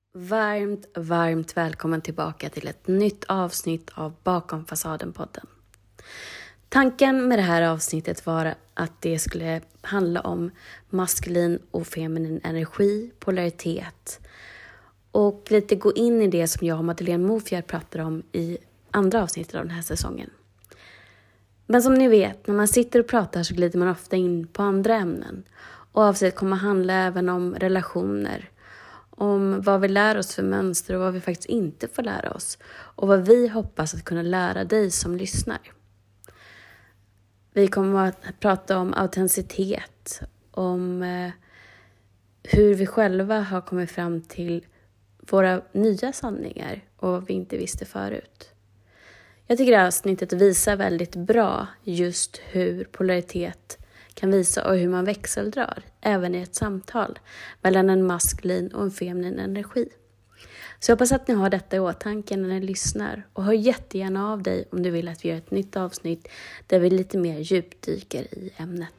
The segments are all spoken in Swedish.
Varmt välkommen tillbaka till ett nytt avsnitt av Bakom fasaden-podden. Tanken med det här avsnittet var att det skulle handla om maskulin och feminin energi, polaritet och lite gå in i det som jag och Madeleine Mofjärd pratar om i andra avsnittet av den här säsongen. Men som ni vet, när man sitter och pratar så glider man ofta in på andra ämnen. Och avsnittet kommer handla även om relationer, om vad vi lär oss för mönster och vad vi faktiskt inte får lära oss. Och vad vi hoppas att kunna lära dig som lyssnar. Vi kommer att prata om autenticitet, om hur vi själva har kommit fram till våra nya sanningar och vad vi inte visste förut. Jag tycker det här avsnittet visar väldigt bra just hur polaritet kan visa och hur man växeldrar, även i ett samtal mellan en maskulin och en feminin energi. Så jag hoppas att ni har detta i åtanke när ni lyssnar och hör jättegärna av dig om du vill att vi gör ett nytt avsnitt där vi lite mer djupdyker i ämnet.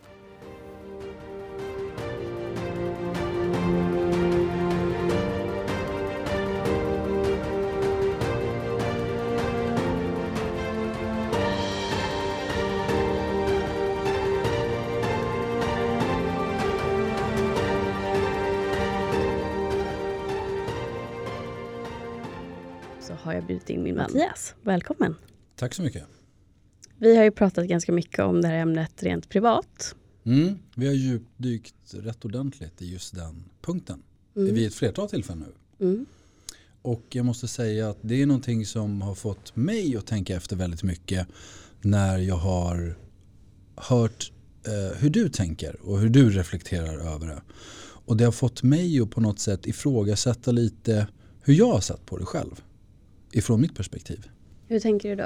Har jag bjudit in min Mattias. Välkommen. Tack så mycket. Vi har ju pratat ganska mycket om det här ämnet rent privat. Vi har djupdykt rätt ordentligt i just den punkten. Vid ett flertal tillfällen nu. Och jag måste säga att det är någonting som har fått mig att tänka efter väldigt mycket när jag har hört hur du tänker och hur du reflekterar över det. Och det har fått mig att på något sätt ifrågasätta lite hur jag har sett på det själv. Ifrån mitt perspektiv. Hur tänker du då?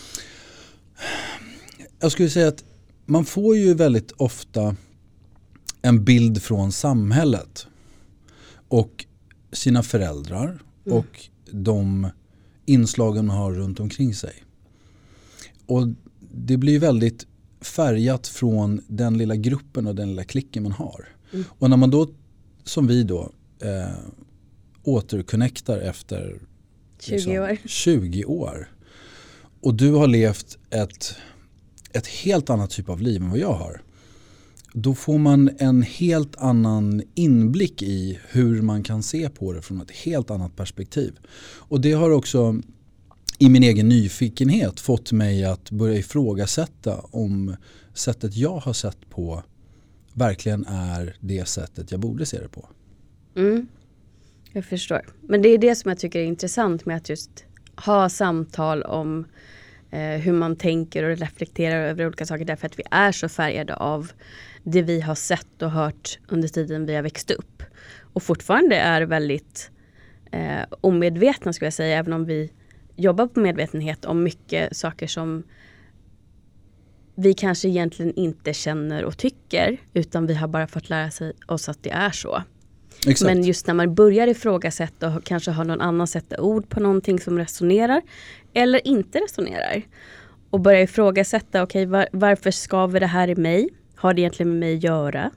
Jag skulle säga att man får ju väldigt ofta en bild från samhället och sina föräldrar och de inslagen man har runt omkring sig. Och det blir väldigt färgat från den lilla gruppen och den lilla klicken man har. Och när man då, som vi då, återconnectar efter 20 år. Och du har levt ett helt annat typ av liv än vad jag har. Då får man en helt annan inblick i hur man kan se på det från ett helt annat perspektiv. Och det har också i min egen nyfikenhet fått mig att börja ifrågasätta om sättet jag har sett på verkligen är det sättet jag borde se det på. Jag förstår. Men det är det som jag tycker är intressant med att just ha samtal om hur man tänker och reflekterar över olika saker. Därför att vi är så färgade av det vi har sett och hört under tiden vi har växt upp. Och fortfarande är väldigt omedvetna, skulle jag säga. Även om vi jobbar på medvetenhet om mycket saker som vi kanske egentligen inte känner och tycker. Utan vi har bara fått lära oss att det är så. Exakt. Men just när man börjar ifrågasätta och kanske har någon annan sätta ord på någonting som resonerar eller inte resonerar. Och börjar ifrågasätta, okej, varför skaver det här i mig? Har det egentligen med mig att göra?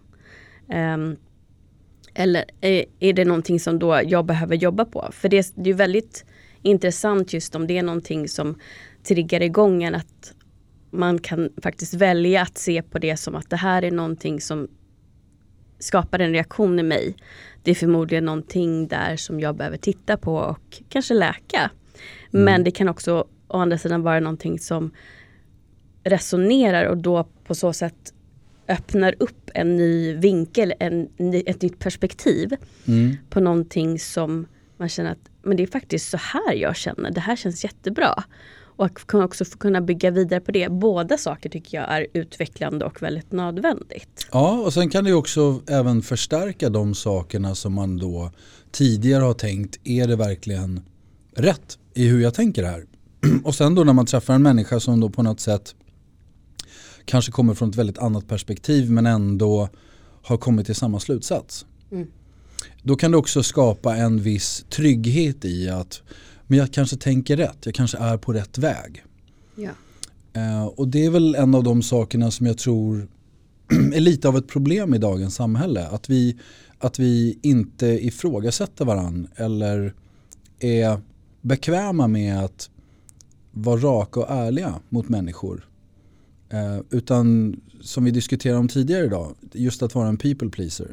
Eller är det någonting som då jag behöver jobba på? För det är ju väldigt intressant just om det är någonting som triggar igång en, att man kan faktiskt välja att se på det som att det här är någonting som skapar en reaktion i mig. Det är förmodligen någonting där som jag behöver titta på och kanske läka. Men det kan också å andra sidan vara någonting som resonerar och då på så sätt öppnar upp en ny vinkel, ett nytt perspektiv på någonting som man känner att men det är faktiskt så här jag känner. Det här känns jättebra. Och kan också kunna bygga vidare på det. Båda saker tycker jag är utvecklande och väldigt nödvändigt. Ja, och sen kan det också även förstärka de sakerna som man då tidigare har tänkt. Är det verkligen rätt i hur jag tänker här? Och sen då när man träffar en människa som då på något sätt kanske kommer från ett väldigt annat perspektiv men ändå har kommit till samma slutsats. Då kan det också skapa en viss trygghet i att men jag kanske tänker rätt, jag kanske är på rätt väg. Ja. Och det är väl en av de sakerna som jag tror är lite av ett problem i dagens samhälle. Att vi Att vi inte ifrågasätter varann eller är bekväma med att vara raka och ärliga mot människor. Utan som vi diskuterade om tidigare idag, just att vara en people pleaser.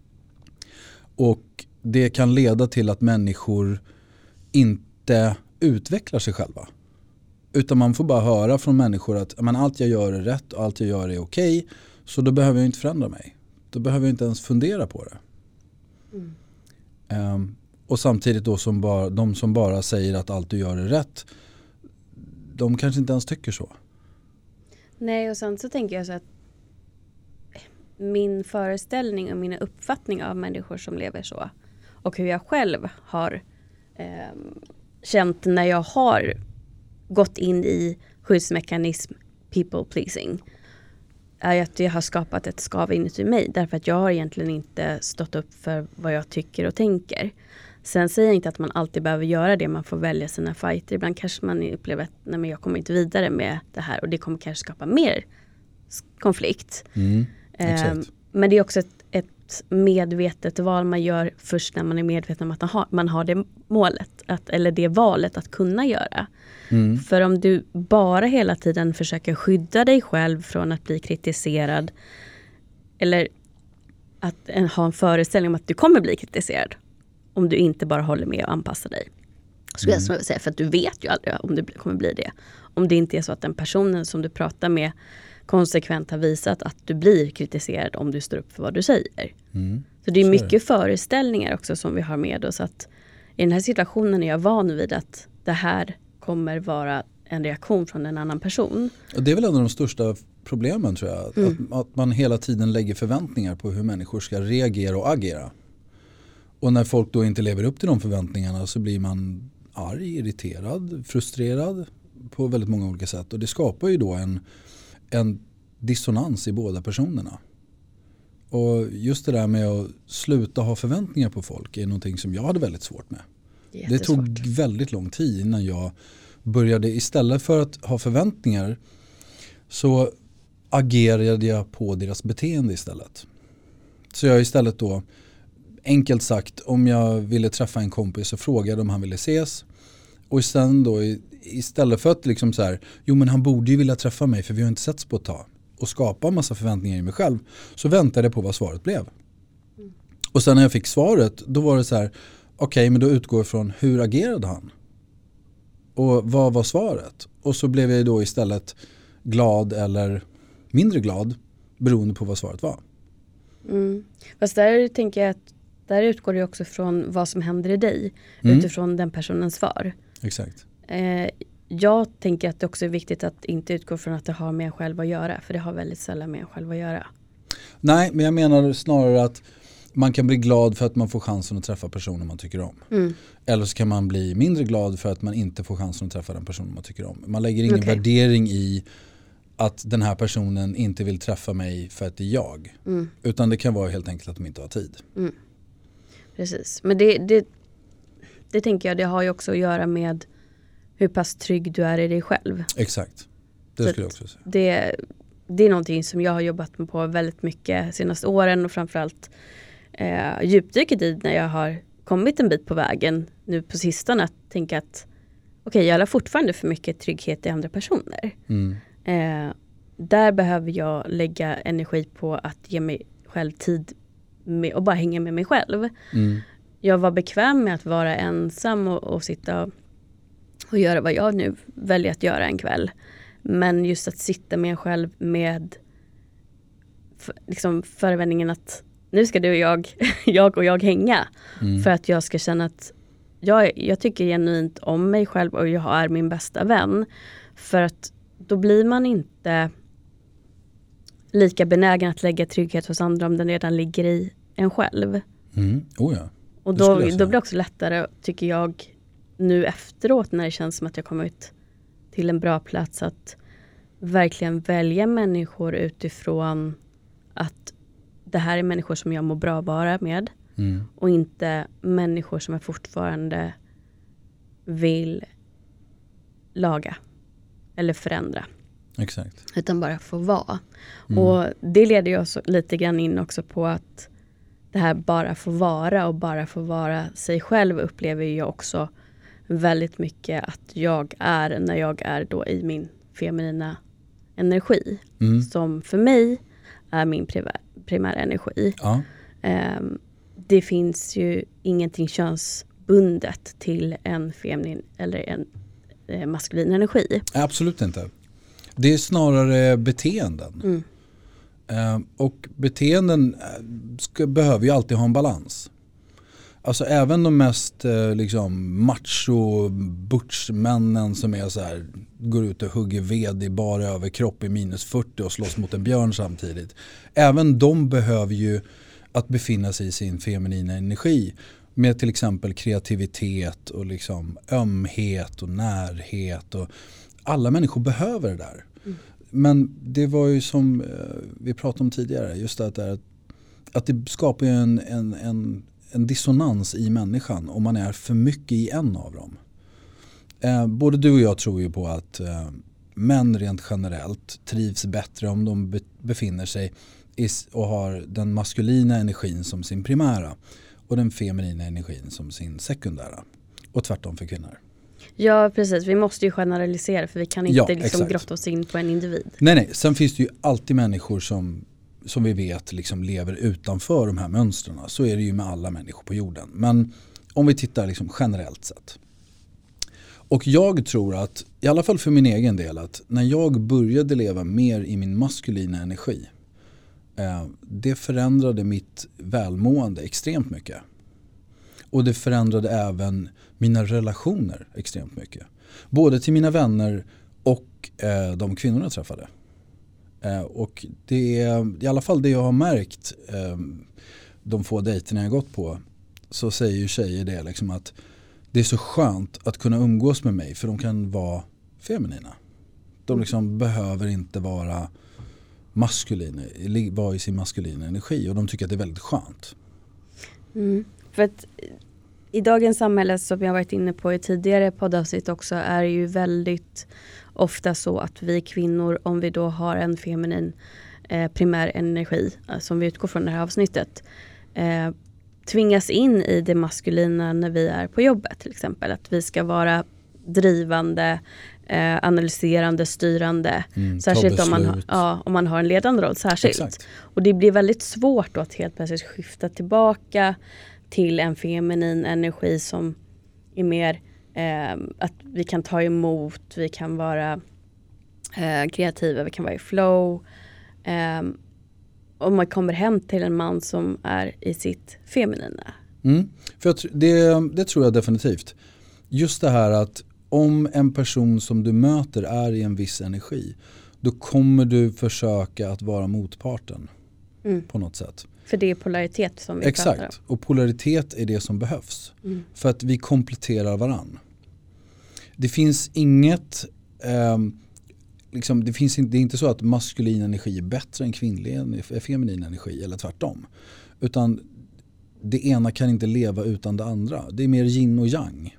Och det kan leda till att människor inte utvecklar sig själva. Utan man får bara höra från människor att men, allt jag gör är rätt och allt jag gör är okej. Så då behöver jag inte förändra mig. Då behöver jag inte ens fundera på det. Och samtidigt då de som bara säger att allt du gör är rätt, de kanske inte ens tycker så. Nej, och sen så tänker jag så att min föreställning och mina uppfattningar av människor som lever så och hur jag själv har känt när jag har gått in i skyddsmekanism people pleasing är att det har skapat ett skav inuti mig därför att jag har egentligen inte stått upp för vad jag tycker och tänker. Sen säger jag inte att man alltid behöver göra det, man får välja sina fighter. Ibland kanske man upplever att nej, men jag kommer inte vidare med det här och det kommer kanske skapa mer konflikt. Men det är också ett medvetet val man gör först när man är medveten om att man har det målet eller det valet att kunna göra. För om du bara hela tiden försöker skydda dig själv från att bli kritiserad eller att ha en föreställning om att du kommer bli kritiserad om du inte bara håller med och anpassar dig. Så jag skulle säga, för att du vet ju aldrig om det kommer bli det. Om det inte är så att den personen som du pratar med konsekvent har visat att du blir kritiserad om du står upp för vad du säger. Så det är mycket föreställningar också som vi har med oss att i den här situationen är jag van vid att det här kommer vara en reaktion från en annan person. Och det är väl en av de största problemen tror jag. Att man hela tiden lägger förväntningar på hur människor ska reagera och agera. Och när folk då inte lever upp till de förväntningarna så blir man arg, irriterad, frustrerad på väldigt många olika sätt. Och det skapar ju då en dissonans i båda personerna. Och just det där med att sluta ha förväntningar på folk är någonting som jag hade väldigt svårt med. Det tog väldigt lång tid innan jag började, istället för att ha förväntningar så agerade jag på deras beteende istället. Så jag istället då, enkelt sagt, om jag ville träffa en kompis så frågade om han ville ses. Och sen då istället för att liksom så här, jo men han borde ju vilja träffa mig för vi har inte setts på ett tag. Och skapa en massa förväntningar i mig själv. Så väntade jag på vad svaret blev. Och sen när jag fick svaret då var det så här, okej, men då utgår jag från hur agerade han? Och vad var svaret? Och så blev jag då istället glad eller mindre glad beroende på vad svaret var. Fast där tänker jag att där utgår det också från vad som händer i dig utifrån den personens svar. Exakt. Jag tänker att det också är viktigt att inte utgå från att det har med en själv att göra. För det har väldigt sällan med en själv att göra. Nej, men jag menar snarare att man kan bli glad för att man får chansen att träffa personer man tycker om. Eller så kan man bli mindre glad för att man inte får chansen att träffa den personen man tycker om. Man lägger ingen värdering i att den här personen inte vill träffa mig för att det är jag. Utan det kan vara helt enkelt att de inte har tid. Precis. Men det tänker jag, det har ju också att göra med hur pass trygg du är i dig själv. Exakt. Det skulle jag också säga. Det är någonting som jag har jobbat på väldigt mycket de senaste åren och framförallt djupdyket i när jag har kommit en bit på vägen nu på sistone att tänka att okej, jag har fortfarande för mycket trygghet i andra personer. Där behöver jag lägga energi på att ge mig själv tid med, och bara hänga med mig själv. Jag var bekväm med att vara ensam och sitta och göra vad jag nu väljer att göra en kväll. Men just att sitta med en själv med liksom förevändningen att nu ska du och jag hänga. För att jag ska känna att jag tycker genuint om mig själv och jag är min bästa vän. För att då blir man inte lika benägen att lägga trygghet hos andra om den redan ligger i en själv. Oh ja. Och då blir det också lättare, tycker jag, nu efteråt när det känns som att jag kommit till en bra plats att verkligen välja människor utifrån att det här är människor som jag mår bra vara med och inte människor som jag fortfarande vill laga eller förändra. Exakt. Utan bara få vara. Och det leder ju oss lite grann in också på att det här bara få vara och bara få vara sig själv upplever jag också väldigt mycket att jag är när jag är då i min feminina energi. Som för mig är min primära energi. Ja. Det finns ju ingenting könsbundet till en feminin eller en maskulin energi. Absolut inte. Det är snarare beteenden. Och beteenden behöver ju alltid ha en balans. Alltså även de mest macho butchmännen som är så här, går ut och hugger ved i bara överkropp i -40 och slåss mot en björn samtidigt. Även de behöver ju att befinna sig i sin feminina energi med till exempel kreativitet och ömhet och närhet. Och alla människor behöver det där. Men det var ju som vi pratade om tidigare, just att det skapar ju en dissonans i människan om man är för mycket i en av dem. Både du och jag tror ju på att män rent generellt trivs bättre om de befinner sig och har den maskulina energin som sin primära och den feminina energin som sin sekundära. Och tvärtom för kvinnor. Ja, precis. Vi måste ju generalisera för vi kan inte grotta oss in på en individ. Nej. Sen finns det ju alltid människor som vi vet lever utanför de här mönstren. Så är det ju med alla människor på jorden. Men om vi tittar generellt sett. Och jag tror att, i alla fall för min egen del, att när jag började leva mer i min maskulina energi, det förändrade mitt välmående extremt mycket. Och det förändrade även mina relationer extremt mycket. Både till mina vänner och de kvinnorna jag träffade. Och det är i alla fall det jag har märkt de få dejterna jag gått på, så säger ju tjejer det att det är så skönt att kunna umgås med mig för de kan vara feminina. De behöver inte vara maskulina, vara i sin maskulina energi, och de tycker att det är väldigt skönt. För att i dagens samhälle, som jag varit inne på i tidigare poddavsnitt också, är det ju väldigt ofta så att vi kvinnor, om vi då har en feminin primär energi, som vi utgår från det här avsnittet, tvingas in i det maskulina när vi är på jobbet till exempel. Att vi ska vara drivande, analyserande, styrande. Särskilt om man har en ledande roll. Särskilt. Exakt. Och det blir väldigt svårt då att helt plötsligt skifta tillbaka till en feminin energi som är mer att vi kan ta emot, vi kan vara kreativa, vi kan vara i flow. Om man kommer hem till en man som är i sitt feminina. För det tror jag definitivt. Just det här att om en person som du möter är i en viss energi, då kommer du försöka att vara motparten på något sätt. För det är polaritet som vi pratar om. Exakt, och polaritet är det som behövs. För att vi kompletterar varann. Det finns inget, det är inte så att maskulin energi är bättre än kvinnlig feminin energi eller tvärtom. Utan det ena kan inte leva utan det andra. Det är mer yin och yang.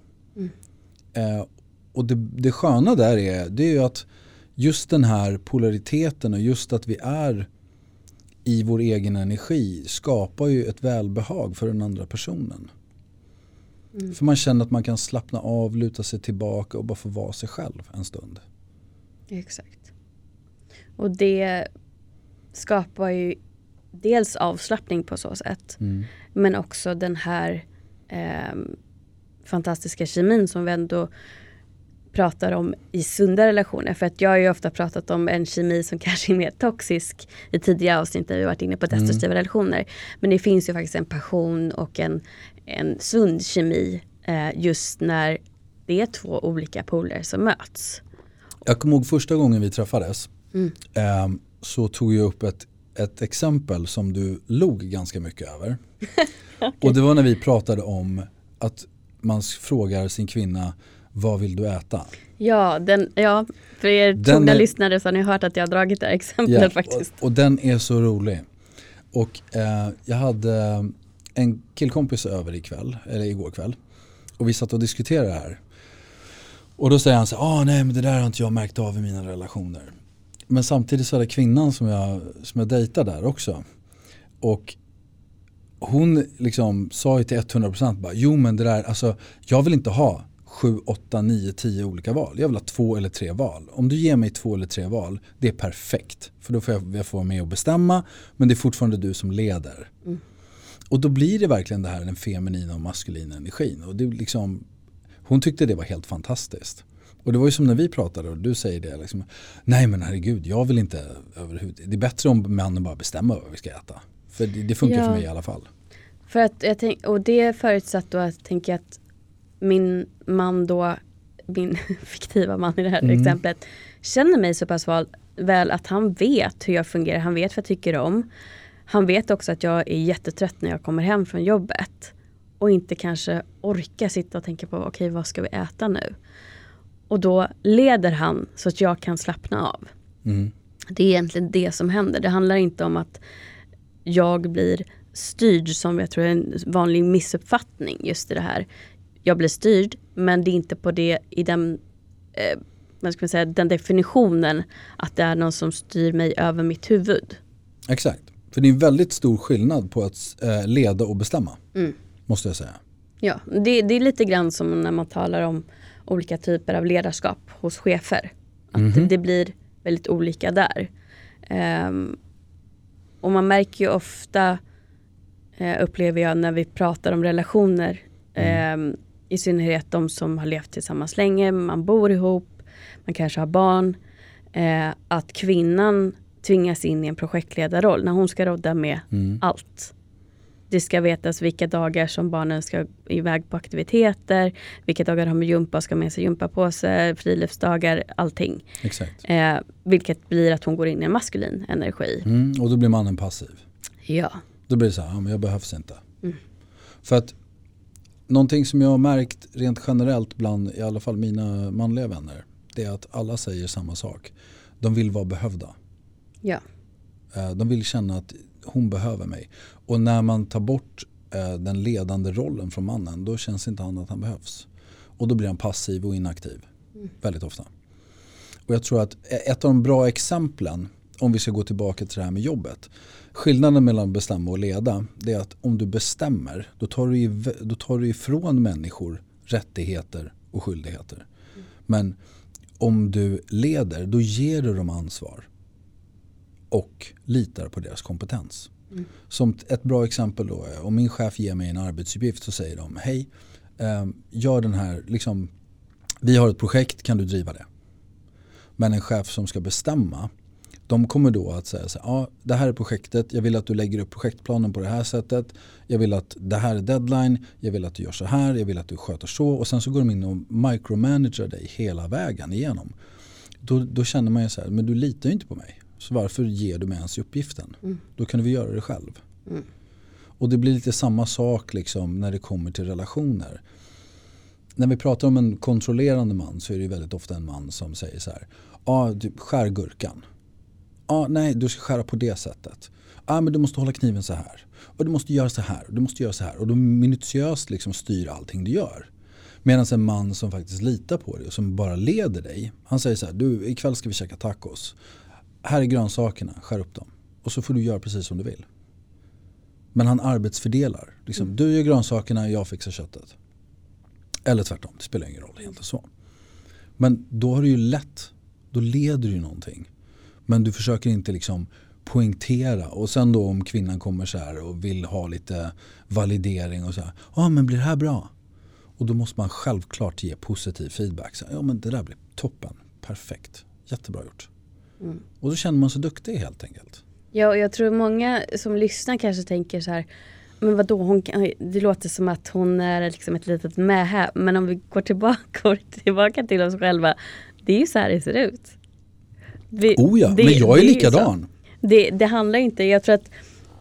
Och det sköna där det är ju att just den här polariteten och just att vi är i vår egen energi skapar ju ett välbehag för den andra personen. För man känner att man kan slappna av, luta sig tillbaka och bara få vara sig själv en stund. Exakt. Och det skapar ju dels avslappning på så sätt. Men också den här fantastiska kemin som vi ändå pratar om i sunda relationer. För att jag har ju ofta pratat om en kemi som kanske är mer toxisk i tidigare avsnitt där vi varit inne på destruktiva relationer. Men det finns ju faktiskt en passion och en sund kemi just när det är två olika poler som möts. Jag kommer ihåg första gången vi träffades så tog jag upp ett exempel som du log ganska mycket över. Okay. Och det var när vi pratade om att man frågar sin kvinna, vad vill du äta? Ja, för er trogna lyssnare så har ni hört att jag har dragit det här exemplet faktiskt. Och den är så rolig. Och jag hade en killkompis över igår kväll. Och vi satt och diskuterade det här. Och då säger han så här, nej men det där har inte jag märkt av i mina relationer. Men samtidigt så är det kvinnan som jag dejtar där också. Och hon liksom sa ju till 100% bara, jo men det där, alltså jag vill inte ha 7, 8, 9, 10 olika val. Jag vill ha 2 eller 3 val. Om du ger mig 2 eller 3 val, det är perfekt. För då får jag få med att bestämma, men det är fortfarande du som leder. Mm. Och då blir det verkligen det här, den feminina och maskulina energin. Och det liksom, hon tyckte det var helt fantastiskt. Och det var ju som när vi pratade och du säger det liksom, nej men herregud, jag vill inte överhuvudtaget. Det är bättre om männen bara bestämmer vad vi ska äta. För det funkar för mig i alla fall. För att och det förutsatt då att tänka att min man då, min fiktiva man i det här exemplet, känner mig så pass väl att han vet hur jag fungerar. Han vet vad jag tycker om. Han vet också att jag är jättetrött när jag kommer hem från jobbet. Och inte kanske orkar sitta och tänka på okej, vad ska vi äta nu? Och då leder han så att jag kan slappna av. Mm. Det är egentligen det som händer. Det handlar inte om att jag blir styrd, som jag tror är en vanlig missuppfattning just i det här. Jag blir styrd, men det är inte på det i den, vad ska man säga, den definitionen att det är någon som styr mig över mitt huvud. Exakt. För det är en väldigt stor skillnad på att leda och bestämma. Måste jag säga. Ja, det är lite grann som när man talar om olika typer av ledarskap hos chefer. Att det blir väldigt olika där. Och man märker ju ofta, upplever jag när vi pratar om relationer, i synnerhet de som har levt tillsammans länge, man bor ihop, man kanske har barn, att kvinnan tvingas in i en projektledarroll när hon ska rodda med allt. Det ska vetas vilka dagar som barnen ska iväg på aktiviteter, vilka dagar de har jumpa och ska med sig gympapåse, friluftsdagar, allting. Exakt. Vilket blir att hon går in i en maskulin energi. Och då blir mannen passiv. Ja. Då blir det så här, men jag behövs inte. För att någonting som jag har märkt rent generellt bland i alla fall mina manliga vänner, det är att alla säger samma sak. De vill vara behövda. Ja. De vill känna att hon behöver mig. Och när man tar bort den ledande rollen från mannen, då känns inte han att han behövs. Och då blir han passiv och inaktiv. Väldigt ofta. Och jag tror att ett av de bra exemplen, om vi ska gå tillbaka till det här med jobbet. Skillnaden mellan bestämma och leda, det är att om du bestämmer, då tar du ifrån människor rättigheter och skyldigheter. Men om du leder, då ger du dem ansvar. Och litar på deras kompetens. Som ett bra exempel då, om min chef ger mig en arbetsuppgift så säger de, hej, gör den här, liksom, vi har ett projekt, kan du driva det? Men en chef som ska bestämma, de kommer då att säga så här, ja, det här är projektet, jag vill att du lägger upp projektplanen på det här sättet, jag vill att det här är deadline, jag vill att du gör så här, jag vill att du sköter så, och sen så går de in och micromanager dig hela vägen igenom. Då känner man ju så här, men du litar ju inte på mig. Så varför ger du mig ens uppgiften? Då kan du göra det själv. Och det blir lite samma sak liksom när det kommer till relationer. När vi pratar om en kontrollerande man så är det väldigt ofta en man som säger så här, du skär gurkan. Nej, du ska skära på det sättet. Men du måste hålla kniven så här. Och du måste göra så här. Och du måste göra så här. Och då minutiöst liksom styr allting du gör. Medan en man som faktiskt litar på dig och som bara leder dig. Han säger så här, du, ikväll ska vi käka tacos. Här är grönsakerna, skär upp dem. Och så får du göra precis som du vill. Men han arbetsfördelar. Liksom, du gör grönsakerna, jag fixar köttet. Eller tvärtom, det spelar ingen roll, helt så. Men då har du ju lätt, då leder du någonting. Men du försöker inte liksom poängtera. Och sen då om kvinnan kommer så här och vill ha lite validering och så här. Men blir det här bra? Och då måste man självklart ge positiv feedback. Så, men det där blir toppen, perfekt, jättebra gjort. Och då känner man sig duktig helt enkelt. Ja, och jag tror många som lyssnar kanske tänker så här, men vadå, det låter som att hon är liksom ett litet mähä. Men om vi går tillbaka till oss själva, det är ju så här det ser ut. Men jag är likadan. Det handlar inte, jag tror att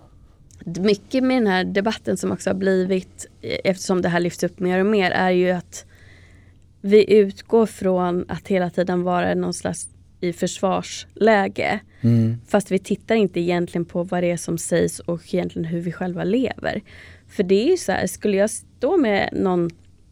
mycket med den här debatten som också har blivit, eftersom det här lyfts upp mer och mer, är ju att vi utgår från att hela tiden vara någon slags i försvarsläge. Fast vi tittar inte egentligen på vad det är som sägs och egentligen hur vi själva lever. För det är ju så här, skulle jag stå med någon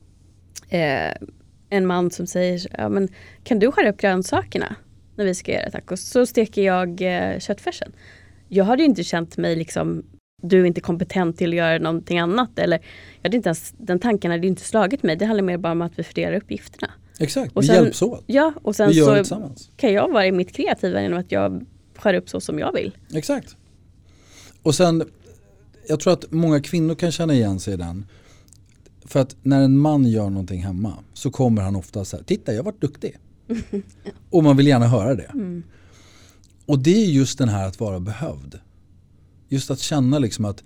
en man som säger, men kan du skära upp grönsakerna när vi ska göra tacos? Så steker jag köttfärsen. Jag hade ju inte känt mig liksom du är inte kompetent till att göra någonting annat. Eller, den tanken hade inte slagit mig. Det handlar mer bara om att vi fördelar uppgifterna. Exakt, vi hjälps åt. Ja, och sen vi gör så det tillsammans. Kan jag vara i mitt kreativa genom att jag skär upp så som jag vill. Exakt. Och sen, jag tror att många kvinnor kan känna igen sig i den. För att när en man gör någonting hemma så kommer han ofta så här, titta jag har varit duktig. Och man vill gärna höra det. Mm. Och det är just den här att vara behövd. Just att känna liksom att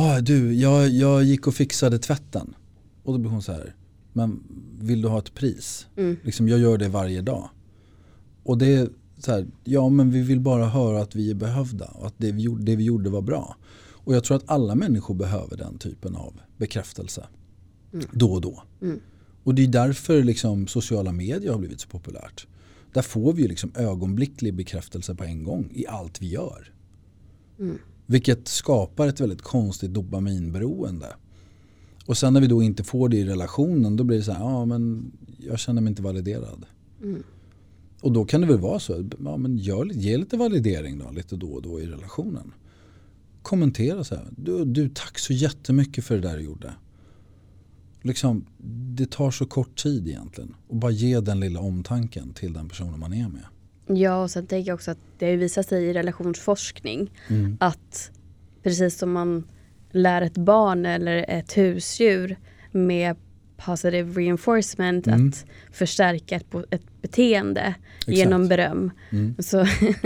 jag gick och fixade tvätten. Och då blir hon så här, men vill du ha ett pris? Liksom, jag gör det varje dag. Och det är så här, ja men vi vill bara höra att vi är behövda. Och att det vi gjorde var bra. Och jag tror att alla människor behöver den typen av bekräftelse. Då och då. Och det är därför liksom sociala medier har blivit så populärt. Där får vi ju liksom ögonblicklig bekräftelse på en gång i allt vi gör. Vilket skapar ett väldigt konstigt dopaminberoende. Och sen när vi då inte får det i relationen, då blir det så här, ja men jag känner mig inte validerad. Och då kan det väl vara så, ja men ge lite validering då, lite då och då i relationen. Kommentera så här, du tack så jättemycket för det där du gjorde. Liksom, det tar så kort tid egentligen. Och bara ge den lilla omtanken till den personen man är med. Ja, och sen tänker jag också att det har visat sig i relationsforskning att precis som man lär ett barn eller ett husdjur med positive reinforcement att förstärka ett beteende genom beröm. Så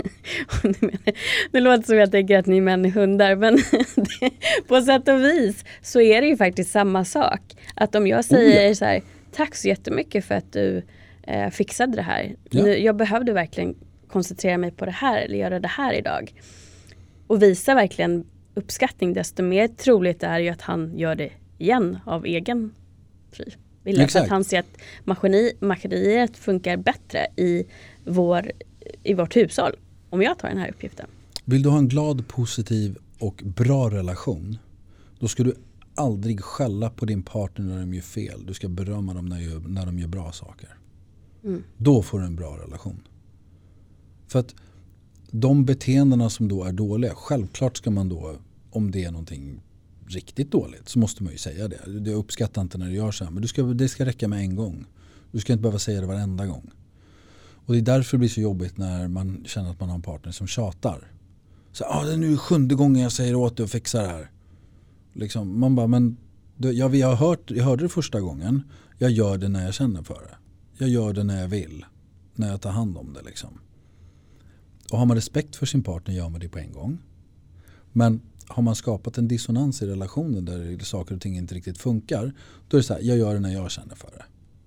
det låter som jag tänker att ni män är hundar, men på sätt och vis så är det ju faktiskt samma sak. Att om jag säger så här, tack så jättemycket för att du fixade det här. Ja. Jag behövde verkligen koncentrera mig på det här eller göra det här idag. Och visa verkligen uppskattning, desto mer troligt är ju att han gör det igen av egen fri vilja. För att han ser att maskineriet funkar bättre i vårt hushåll om jag tar den här uppgiften. Vill du ha en glad, positiv och bra relation, då ska du aldrig skälla på din partner när de gör fel. Du ska berömma dem när de gör bra saker. Då får du en bra relation. För att de beteendena som då är dåliga, självklart ska man då, om det är någonting riktigt dåligt, så måste man ju säga det. Jag uppskattar inte när du gör så här, men det ska räcka med en gång. Du ska inte behöva säga det varenda gång. Och det är därför det blir så jobbigt när man känner att man har en partner som tjatar. Så det är nu 7:e gången jag säger åt dig att fixa det här. Liksom, man bara, men jag hörde det första gången. Jag gör det när jag känner för det. Jag gör det när jag vill. När jag tar hand om det liksom. Och har man respekt för sin partner gör man det på en gång. Men har man skapat en dissonans i relationen där saker och ting inte riktigt funkar, då är det så här, jag gör det när jag känner för det.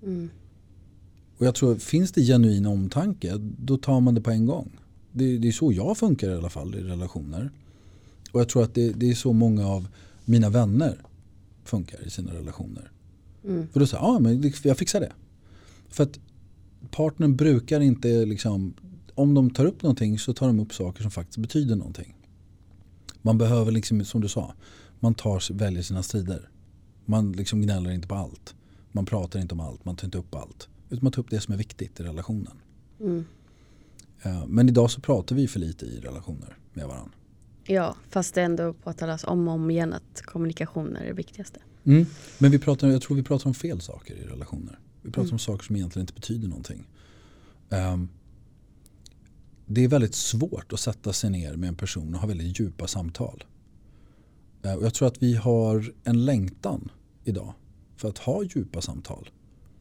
Och jag tror, finns det genuin omtanke, då tar man det på en gång. Det är så jag funkar i alla fall i relationer. Och jag tror att det är så många av mina vänner funkar i sina relationer. För då säger men jag fixar det. För att partnern brukar inte liksom, om de tar upp någonting så tar de upp saker som faktiskt betyder någonting. Man behöver liksom, som du sa, man väljer sina strider. Man liksom gnäller inte på allt. Man pratar inte om allt, man tar inte upp allt. Utan man tar upp det som är viktigt i relationen. Men idag så pratar vi för lite i relationer med varandra. Ja, fast det ändå påtalas om och om igen att kommunikation är det viktigaste. Men jag tror vi pratar om fel saker i relationer. Vi pratar om saker som egentligen inte betyder någonting. Det är väldigt svårt att sätta sig ner med en person och ha väldigt djupa samtal. Och jag tror att vi har en längtan idag för att ha djupa samtal.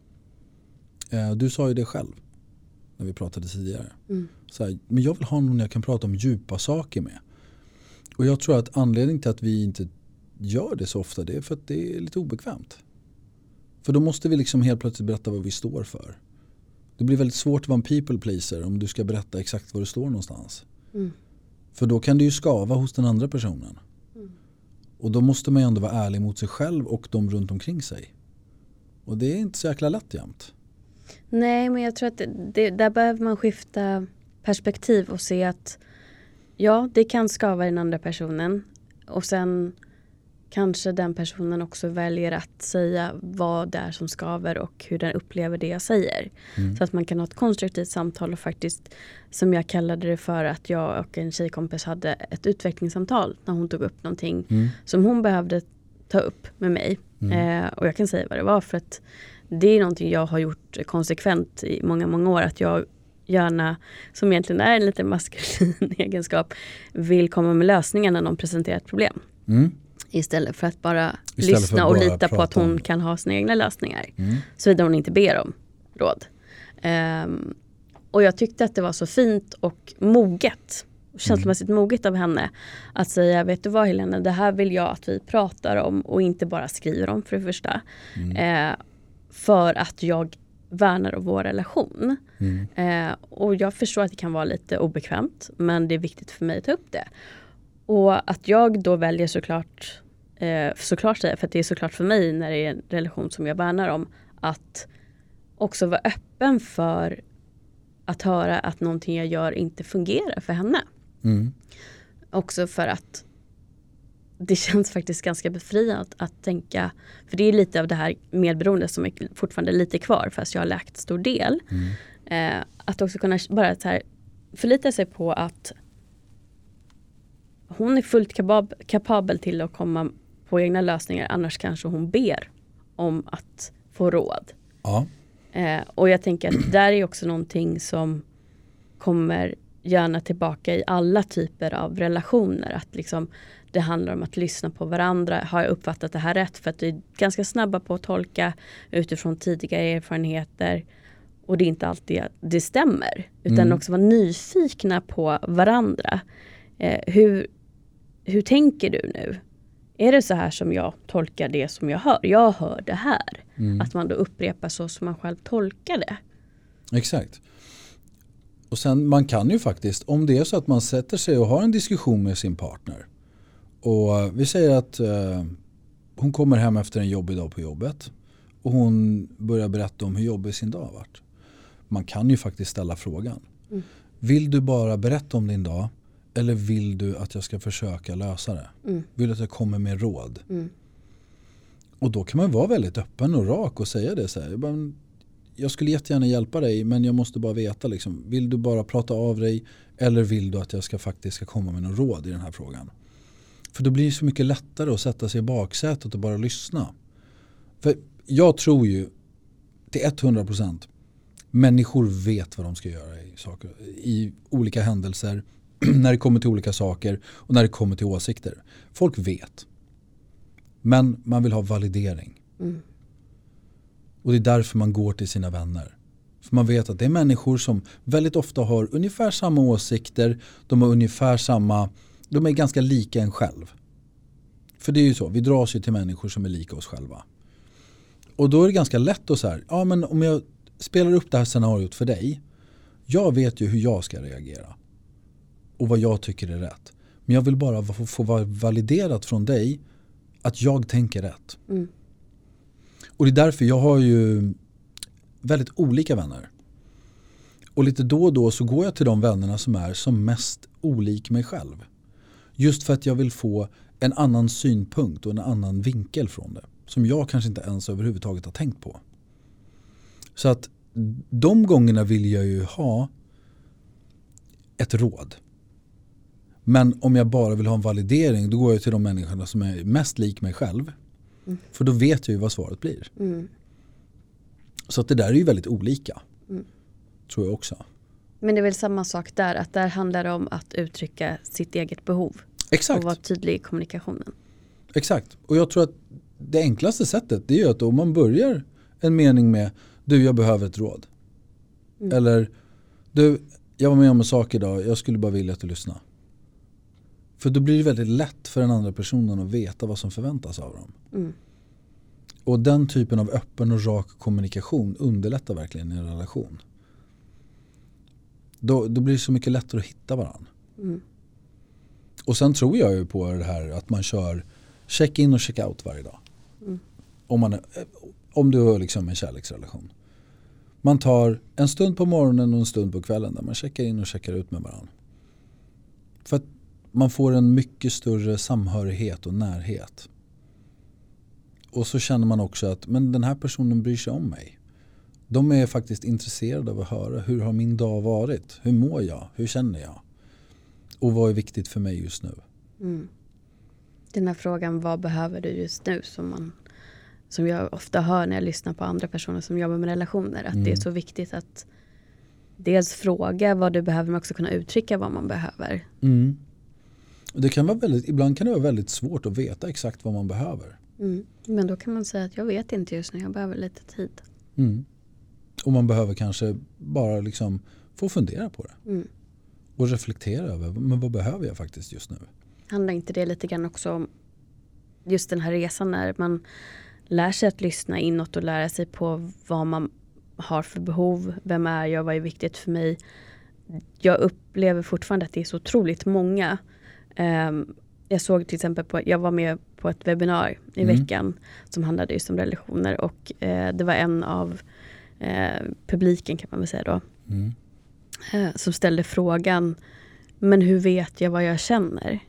Du sa ju det själv när vi pratade tidigare. Så här, men jag vill ha någon jag kan prata om djupa saker med. Och jag tror att anledningen till att vi inte gör det så ofta, det är för att det är lite obekvämt. För då måste vi liksom helt plötsligt berätta vad vi står för. Det blir väldigt svårt att vara en people pleaser om du ska berätta exakt var du står någonstans. För då kan det ju skava hos den andra personen. Och då måste man ju ändå vara ärlig mot sig själv och de runt omkring sig. Och det är inte så jäkla lätt jämt. Nej, men jag tror att där behöver man skifta perspektiv och se att ja, det kan skava den andra personen. Och sen kanske den personen också väljer att säga vad det är som skaver och hur den upplever det jag säger. Så att man kan ha ett konstruktivt samtal och faktiskt, som jag kallade det för, att jag och en tjejkompis hade ett utvecklingssamtal när hon tog upp någonting som hon behövde ta upp med mig. Och jag kan säga vad det var, för att det är någonting jag har gjort konsekvent i många, många år, att jag gärna, som egentligen är en lite maskulin egenskap, vill komma med lösningar när någon presenterar ett problem. Istället för att bara lyssna och lita på att hon kan ha sina egna lösningar. Såvida hon inte ber om råd. Och jag tyckte att det var så fint och moget, känslomässigt moget av henne, att säga, vet du vad Helena, det här vill jag att vi pratar om och inte bara skriver om, för det första. För att jag värnar om vår relation. Och jag förstår att det kan vara lite obekvämt, men det är viktigt för mig att ta upp det. Och att jag då väljer såklart säga, för att det är såklart för mig när det är en relation som jag värnar om, att också vara öppen för att höra att någonting jag gör inte fungerar för henne. Också för att det känns faktiskt ganska befriat att tänka, för det är lite av det här medberoende som är fortfarande lite kvar fast jag har läkt stor del. Att också kunna bara så här förlita sig på att hon är fullt kapabel till att komma på egna lösningar, annars kanske hon ber om att få råd. Och jag tänker att där är också någonting som kommer gärna tillbaka i alla typer av relationer, att liksom det handlar om att lyssna på varandra. Har jag uppfattat det här rätt? För att vi är ganska snabba på att tolka utifrån tidigare erfarenheter. Och det är inte alltid det stämmer. Utan också vara nyfikna på varandra. Hur tänker du nu? Är det så här som jag tolkar det som jag hör? Jag hör det här. Att man då upprepar så som man själv tolkar det. Exakt. Och sen man kan ju faktiskt, om det är så att man sätter sig och har en diskussion med sin partner. Och vi säger att hon kommer hem efter en jobbig dag på jobbet. Och hon börjar berätta om hur jobbig sin dag har varit. Man kan ju faktiskt ställa frågan. Vill du bara berätta om din dag? Eller vill du att jag ska försöka lösa det? Vill du att jag kommer med råd? Och då kan man vara väldigt öppen och rak och säga det så här. Jag skulle jättegärna hjälpa dig, men jag måste bara veta liksom, vill du bara prata av dig eller vill du att jag ska komma med någon råd i den här frågan? För då blir det så mycket lättare att sätta sig i baksätet och bara lyssna. För jag tror ju till 100% människor vet vad de ska göra i olika händelser, när det kommer till olika saker och när det kommer till åsikter. Folk vet. Men man vill ha validering. Och det är därför man går till sina vänner. För man vet att det är människor som väldigt ofta har ungefär samma åsikter. De är ganska lika en själv. För det är ju så, vi dras ju till människor som är lika oss själva. Och då är det ganska lätt att säga, ja men om jag spelar upp det här scenariot för dig. Jag vet ju hur jag ska reagera. Och vad jag tycker är rätt. Men jag vill bara få vara validerat från dig att jag tänker rätt. Och det är därför jag har ju väldigt olika vänner. Och lite då och då så går jag till de vännerna som är som mest olik mig själv. Just för att jag vill få en annan synpunkt och en annan vinkel från det. Som jag kanske inte ens överhuvudtaget har tänkt på. Så att de gångerna vill jag ju ha ett råd. Men om jag bara vill ha en validering, då går jag till de människorna som är mest lik mig själv. För då vet jag ju vad svaret blir. Så att det där är ju väldigt olika. Tror jag också. Men det är väl samma sak där. Att där handlar det om att uttrycka sitt eget behov. Exakt. Och vara tydlig i kommunikationen. Exakt. Och jag tror att det enklaste sättet, det är ju att om man börjar en mening med du, jag behöver ett råd. Eller du, jag var med om en sak idag, jag skulle bara vilja att du lyssnar. För då blir det väldigt lätt för den andra personen att veta vad som förväntas av dem. Och den typen av öppen och rak kommunikation underlättar verkligen i en relation. Då blir det så mycket lättare att hitta varandra. Och sen tror jag ju på det här att man kör check-in och check-out varje dag. Om du har liksom en kärleksrelation. Man tar en stund på morgonen och en stund på kvällen där man checkar in och checkar ut med varandra. För att man får en mycket större samhörighet och närhet. Och så känner man också att men den här personen bryr sig om mig. De är faktiskt intresserade av att höra hur har min dag varit? Hur mår jag? Hur känner jag? Och vad är viktigt för mig just nu? Mm. Den här frågan, vad behöver du just nu? Som jag ofta hör när jag lyssnar på andra personer som jobbar med relationer. Att det är så viktigt att dels fråga vad du behöver men också kunna uttrycka vad man behöver. Mm. Det kan vara ibland kan det vara väldigt svårt att veta exakt vad man behöver. Mm. Men då kan man säga att jag vet inte just nu, jag behöver lite tid. Mm. Och man behöver kanske bara liksom få fundera på det. Mm. Och reflektera över, men vad behöver jag faktiskt just nu? Handlar inte det lite grann också om just den här resan när man lär sig att lyssna inåt och lära sig på vad man har för behov, vem är jag, vad är viktigt för mig. Jag upplever fortfarande att det är så otroligt många. Jag såg till exempel jag var med på ett webbinar i veckan som handlade just om relationer och det var en av publiken kan man väl säga då som ställde frågan, men hur vet jag vad jag känner?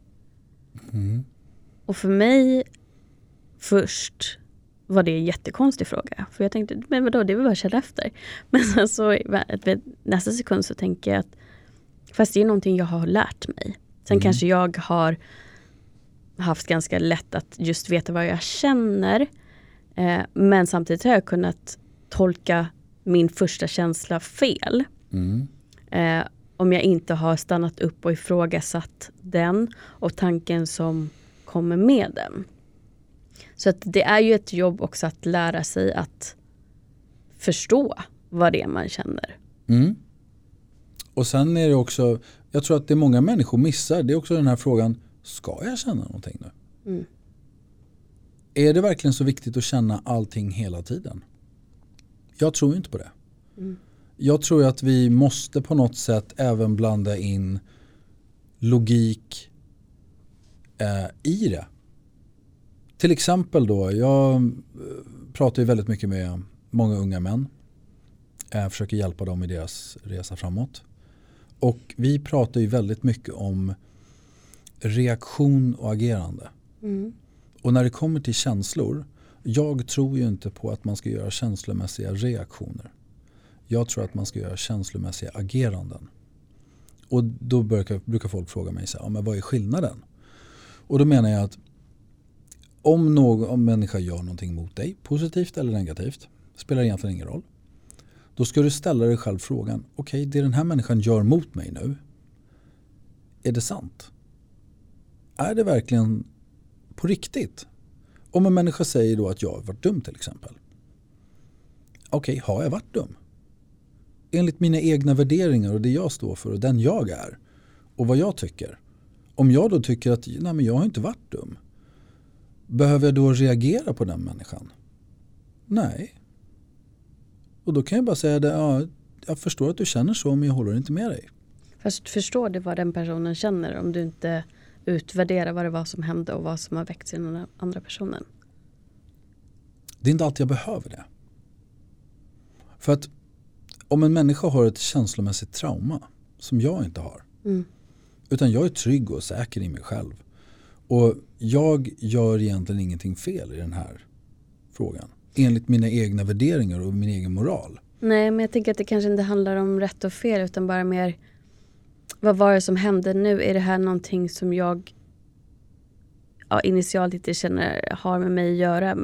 Och för mig först var det en jättekonstig fråga. För jag tänkte, men vadå, det är väl bara att känna efter. Men sen så nästa sekund så tänker jag att fast det är någonting jag har lärt mig. Sen kanske jag har haft ganska lätt att just veta vad jag känner. Men samtidigt har jag kunnat tolka min första känsla fel. Om jag inte har stannat upp och ifrågasatt den och tanken som kommer med den. Så att det är ju ett jobb också att lära sig att förstå vad det är man känner. Och sen är det också, jag tror att det många människor missar, det är också den här frågan, ska jag känna någonting nu? Är det verkligen så viktigt att känna allting hela tiden? Jag tror inte på det. Jag tror att vi måste på något sätt även blanda in logik i det. Till exempel då, jag pratar ju väldigt mycket med många unga män. Jag försöker hjälpa dem i deras resa framåt. Och vi pratar ju väldigt mycket om reaktion och agerande. Och när det kommer till känslor, jag tror ju inte på att man ska göra känslomässiga reaktioner. Jag tror att man ska göra känslomässiga ageranden. Och då brukar folk fråga mig så här, men vad är skillnaden? Och då menar jag att om en människa gör någonting mot dig, positivt eller negativt, spelar egentligen ingen roll. Då ska du ställa dig själv frågan, okej, det den här människan gör mot mig nu, är det sant? Är det verkligen på riktigt? Om en människa säger då att jag har varit dum till exempel. Okej, har jag varit dum? Enligt mina egna värderingar och det jag står för och den jag är och vad jag tycker. Om jag då tycker att nej, men jag har inte varit dum. Behöver jag då reagera på den människan? Nej. Och då kan jag bara säga det, ja, jag förstår att du känner så men jag håller inte med dig. Fast förstår du vad den personen känner om du inte utvärderar vad det var som hände och vad som har växt i den andra personen? Det är inte alltid jag behöver det. För att om en människa har ett känslomässigt trauma som jag inte har. Utan jag är trygg och säker i mig själv. Och jag gör egentligen ingenting fel i den här frågan. Enligt mina egna värderingar och min egen moral. Nej, men jag tänker att det kanske inte handlar om rätt och fel utan bara mer vad var det som hände nu? Är det här någonting som jag initialt inte känner har med mig att göra?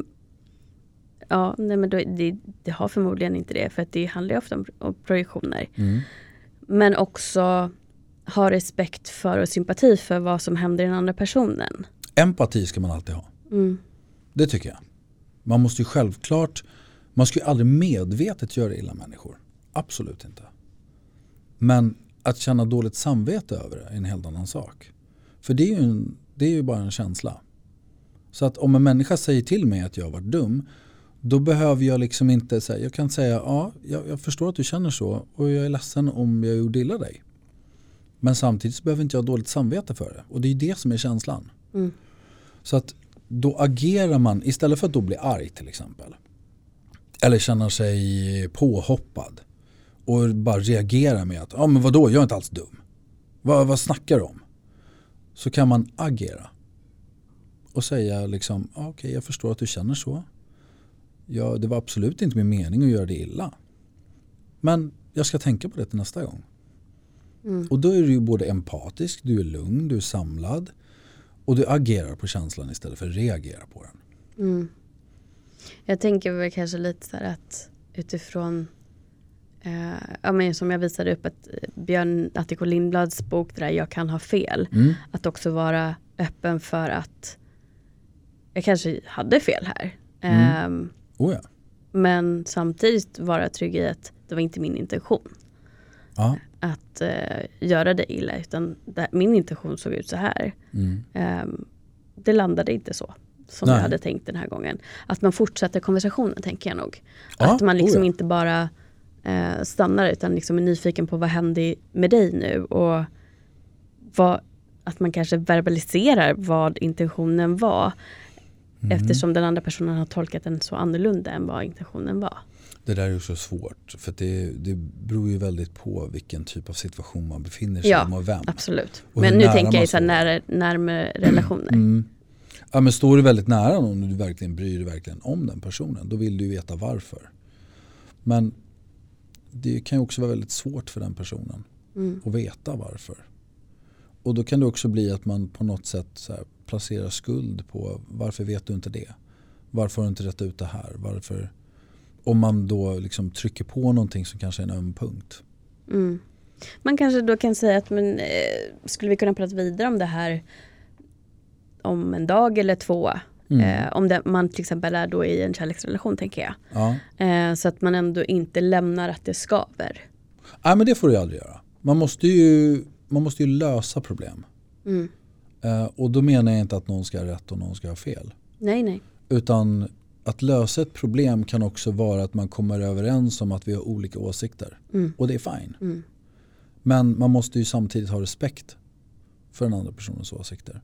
Ja, nej, men då, det har förmodligen inte det för att det handlar ju ofta om projektioner. Men också ha respekt för och sympati för vad som händer i den andra personen. Empati ska man alltid ha. Det tycker jag. Man måste ju självklart, man ska ju aldrig medvetet göra illa människor. Absolut inte. Men att känna dåligt samvete över det är en helt annan sak. För det är ju bara en känsla. Så att om en människa säger till mig att jag har varit dum, då behöver jag liksom inte säga, jag kan säga ja, jag förstår att du känner så och jag är ledsen om jag gjorde illa dig. Men samtidigt så behöver inte jag ha dåligt samvete för det. Och det är ju det som är känslan. Så att då agerar man, istället för att då bli arg till exempel. Eller känna sig påhoppad. Och bara reagera med att, ja men vadå, jag är inte alls dum. Vad snackar du om? Så kan man agera. och säga liksom, okej, jag förstår att du känner så. Ja, det var absolut inte min mening att göra det illa. Men jag ska tänka på det till nästa gång. Och då är du ju både empatisk, du är lugn, du är samlad. Och du agerar på känslan istället för att reagera på den. Jag tänker väl kanske lite så här att utifrån men som jag visade upp att Björn Attiko Lindblads bok där jag kan ha fel. Att också vara öppen för att jag kanske hade fel här. Ja. Men samtidigt vara trygg i att det var inte min intention. Att göra det illa, utan min intention såg ut så här. Det landade inte så som jag hade tänkt den här gången. Att man fortsätter konversationen, tänker jag nog. Att man liksom inte bara stannar, utan liksom är nyfiken på vad händer med dig nu, och att man kanske verbaliserar vad intentionen var, eftersom den andra personen har tolkat den så annorlunda än vad intentionen var. Det där är ju så svårt, för det beror ju väldigt på vilken typ av situation man befinner sig i och vem. Absolut. Men nu tänker jag så närmare relationer. Ja, men står du väldigt nära någon och du verkligen bryr dig verkligen om den personen, då vill du veta varför. Men det kan ju också vara väldigt svårt för den personen att veta varför. Och då kan det också bli att man på något sätt så här placerar skuld på varför vet du inte det? Varför har du inte rätt ut det här? Varför? Om man då liksom trycker på någonting som kanske är en öm punkt. Man kanske då kan säga att skulle vi kunna prata vidare om det här om en dag eller 2? Om man till exempel är då i en kärleksrelation, tänker jag. Så att man ändå inte lämnar att det skaver. Nej, men det får du aldrig göra. Man måste ju lösa problem. Och då menar jag inte att någon ska ha rätt och någon ska ha fel. Nej. Utan att lösa ett problem kan också vara att man kommer överens om att vi har olika åsikter. Och det är fine. Men man måste ju samtidigt ha respekt för den andra personens åsikter.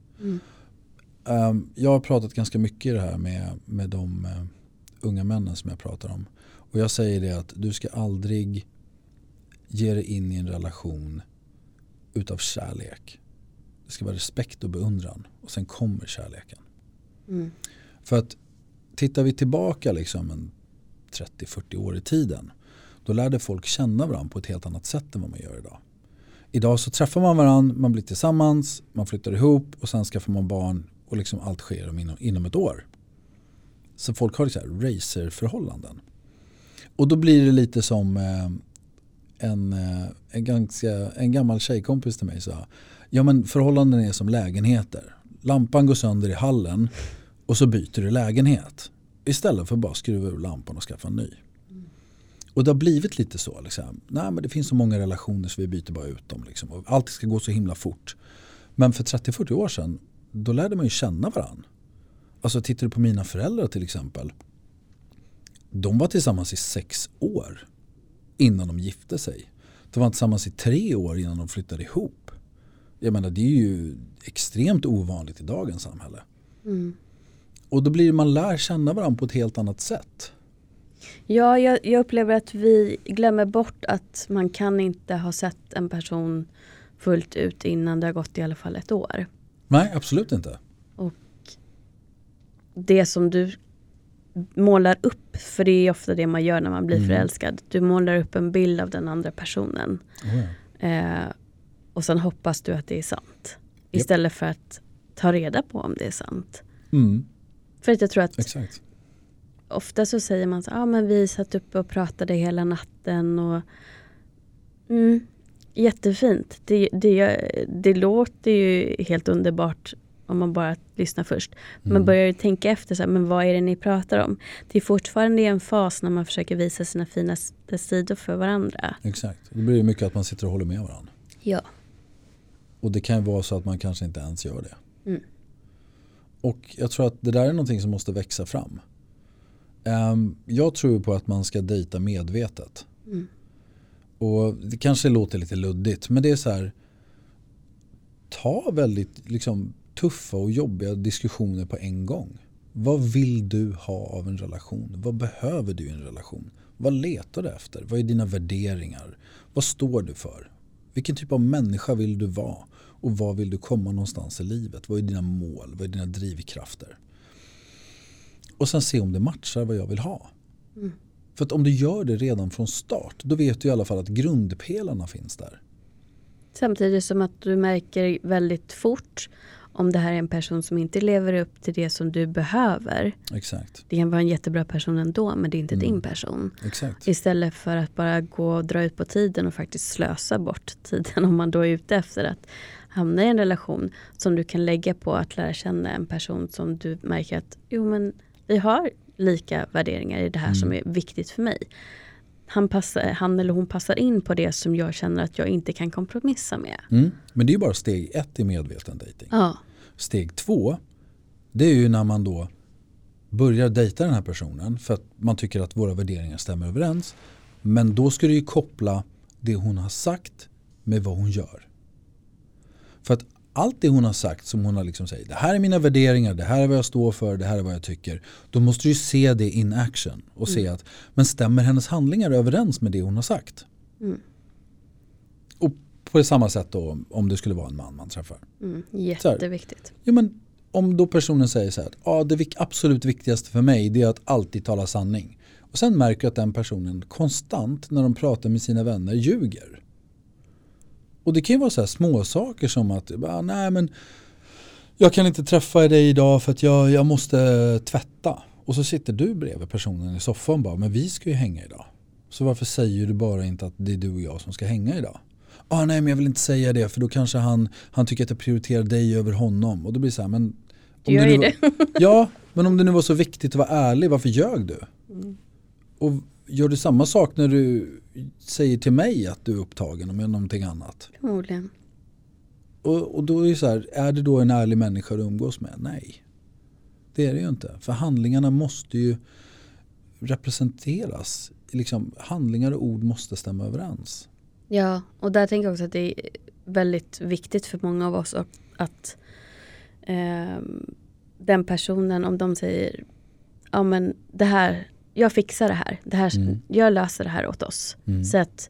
Jag har pratat ganska mycket i det här med de unga männen som jag pratar om. Och jag säger det att du ska aldrig ge dig in i en relation utav kärlek. Det ska vara respekt och beundran. Och sen kommer kärleken. För att tittar vi tillbaka liksom 30-40 år i tiden, då lärde folk känna varandra på ett helt annat sätt än vad man gör idag. Idag så träffar man varandra, man blir tillsammans, man flyttar ihop och sen skaffar man barn och liksom allt sker inom ett år. Så folk har så här racerförhållanden. Och då blir det lite som en gammal tjejkompis till mig sa, ja men förhållanden är som lägenheter. Lampan går sönder i hallen och så byter du lägenhet. Istället för att bara skruva ur lampan och skaffa en ny. Och det har blivit lite så. Liksom. Nej, men det finns så många relationer så vi byter bara ut dem. Liksom. Och allt ska gå så himla fort. Men för 30-40 år sedan, då lärde man ju känna varandra. Alltså tittar du på mina föräldrar till exempel. De var tillsammans i 6 år innan de gifte sig. De var tillsammans i 3 år innan de flyttade ihop. Jag menar, det är ju extremt ovanligt i dagens samhälle. Och då blir man lär känna varandra på ett helt annat sätt. Ja, jag upplever att vi glömmer bort att man kan inte ha sett en person fullt ut innan det har gått i alla fall 1 år. Nej, absolut inte. Och det som du målar upp, för det är ofta det man gör när man blir förälskad. Du målar upp en bild av den andra personen. Och sen hoppas du att det är sant. Istället för att ta reda på om det är sant. För att jag tror att ofta så säger man så, men vi satt uppe och pratade hela natten och jättefint. Det låter ju helt underbart om man bara lyssnar först. Man börjar ju tänka efter så här, men vad är det ni pratar om? Det är fortfarande en fas när man försöker visa sina finaste sidor för varandra. Exakt. Det blir ju mycket att man sitter och håller med varandra. Ja. Och det kan ju vara så att man kanske inte ens gör det. Och jag tror att det där är någonting som måste växa fram. Jag tror på att man ska dejta medvetet. Och det kanske låter lite luddigt, men det är så här, ta väldigt liksom tuffa och jobbiga diskussioner på en gång. Vad vill du ha av en relation? Vad behöver du i en relation? Vad letar du efter? Vad är dina värderingar? Vad står du för? Vilken typ av människa vill du vara? Och var vill du komma någonstans i livet? Vad är dina mål? Vad är dina drivkrafter? Och sen se om det matchar vad jag vill ha. Mm. För att om du gör det redan från start, då vet du i alla fall att grundpelarna finns där. Samtidigt som att du märker väldigt fort om det här är en person som inte lever upp till det som du behöver. Exakt. Det kan vara en jättebra person ändå, men det är inte din person. Exakt. Istället för att bara gå och dra ut på tiden och faktiskt slösa bort tiden om man då är ute efter att hamna i en relation som du kan lägga på att lära känna en person som du märker att men vi har lika värderingar i det här som är viktigt för mig. Han eller hon passar in på det som jag känner att jag inte kan kompromissa med. Men det är ju bara steg 1 i medveten dating. Ja. Steg 2, det är ju när man då börjar dejta den här personen för att man tycker att våra värderingar stämmer överens. Men då ska du ju koppla det hon har sagt med vad hon gör. För att allt det hon har sagt som hon har liksom sagt, det här är mina värderingar, det här är vad jag står för, det här är vad jag tycker. Då måste du ju se det in action och se att, men stämmer hennes handlingar överens med det hon har sagt? Och på samma sätt då om det skulle vara en man träffar. Jätteviktigt. Ja, men om då personen säger så här, det absolut viktigaste för mig det är att alltid tala sanning. Och sen märker att den personen konstant när de pratar med sina vänner ljuger. Och det kan ju vara så här små saker som att nej men jag kan inte träffa dig idag för att jag måste tvätta. Och så sitter du bredvid personen i soffan bara, men vi ska ju hänga idag. Så varför säger du bara inte att det är du och jag som ska hänga idag? Nej men jag vill inte säga det för då kanske han tycker att jag prioriterar dig över honom. Och då blir det så här, men om du det. Ja, men om det nu var så viktigt att vara ärlig, varför ljög du? Och gör du samma sak när du säger till mig att du är upptagen med någonting annat? Förmodligen. Och då är det så här, är det då en ärlig människa du umgås med? Nej. Det är det ju inte. För handlingarna måste ju representeras. Liksom, handlingar och ord måste stämma överens. Ja, och där tänker jag också att det är väldigt viktigt för många av oss att den personen, om de säger men det här, jag fixar det här jag löser det här åt oss. Så att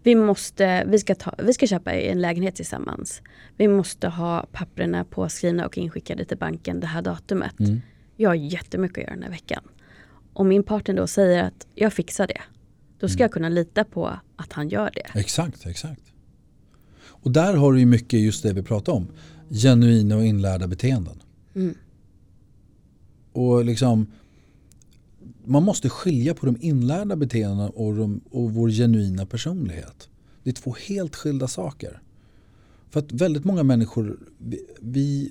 vi ska köpa en lägenhet tillsammans. Vi måste ha papperna påskrivna och inskickade till banken det här datumet. Jag har jättemycket att göra den här veckan. Om min partner då säger att jag fixar det, då ska jag kunna lita på att han gör det. Exakt. Och där har du ju mycket just det vi pratar om. Genuina och inlärda beteenden. Och liksom man måste skilja på de inlärda beteendena och vår genuina personlighet. Det är två helt skilda saker. För att väldigt många människor vi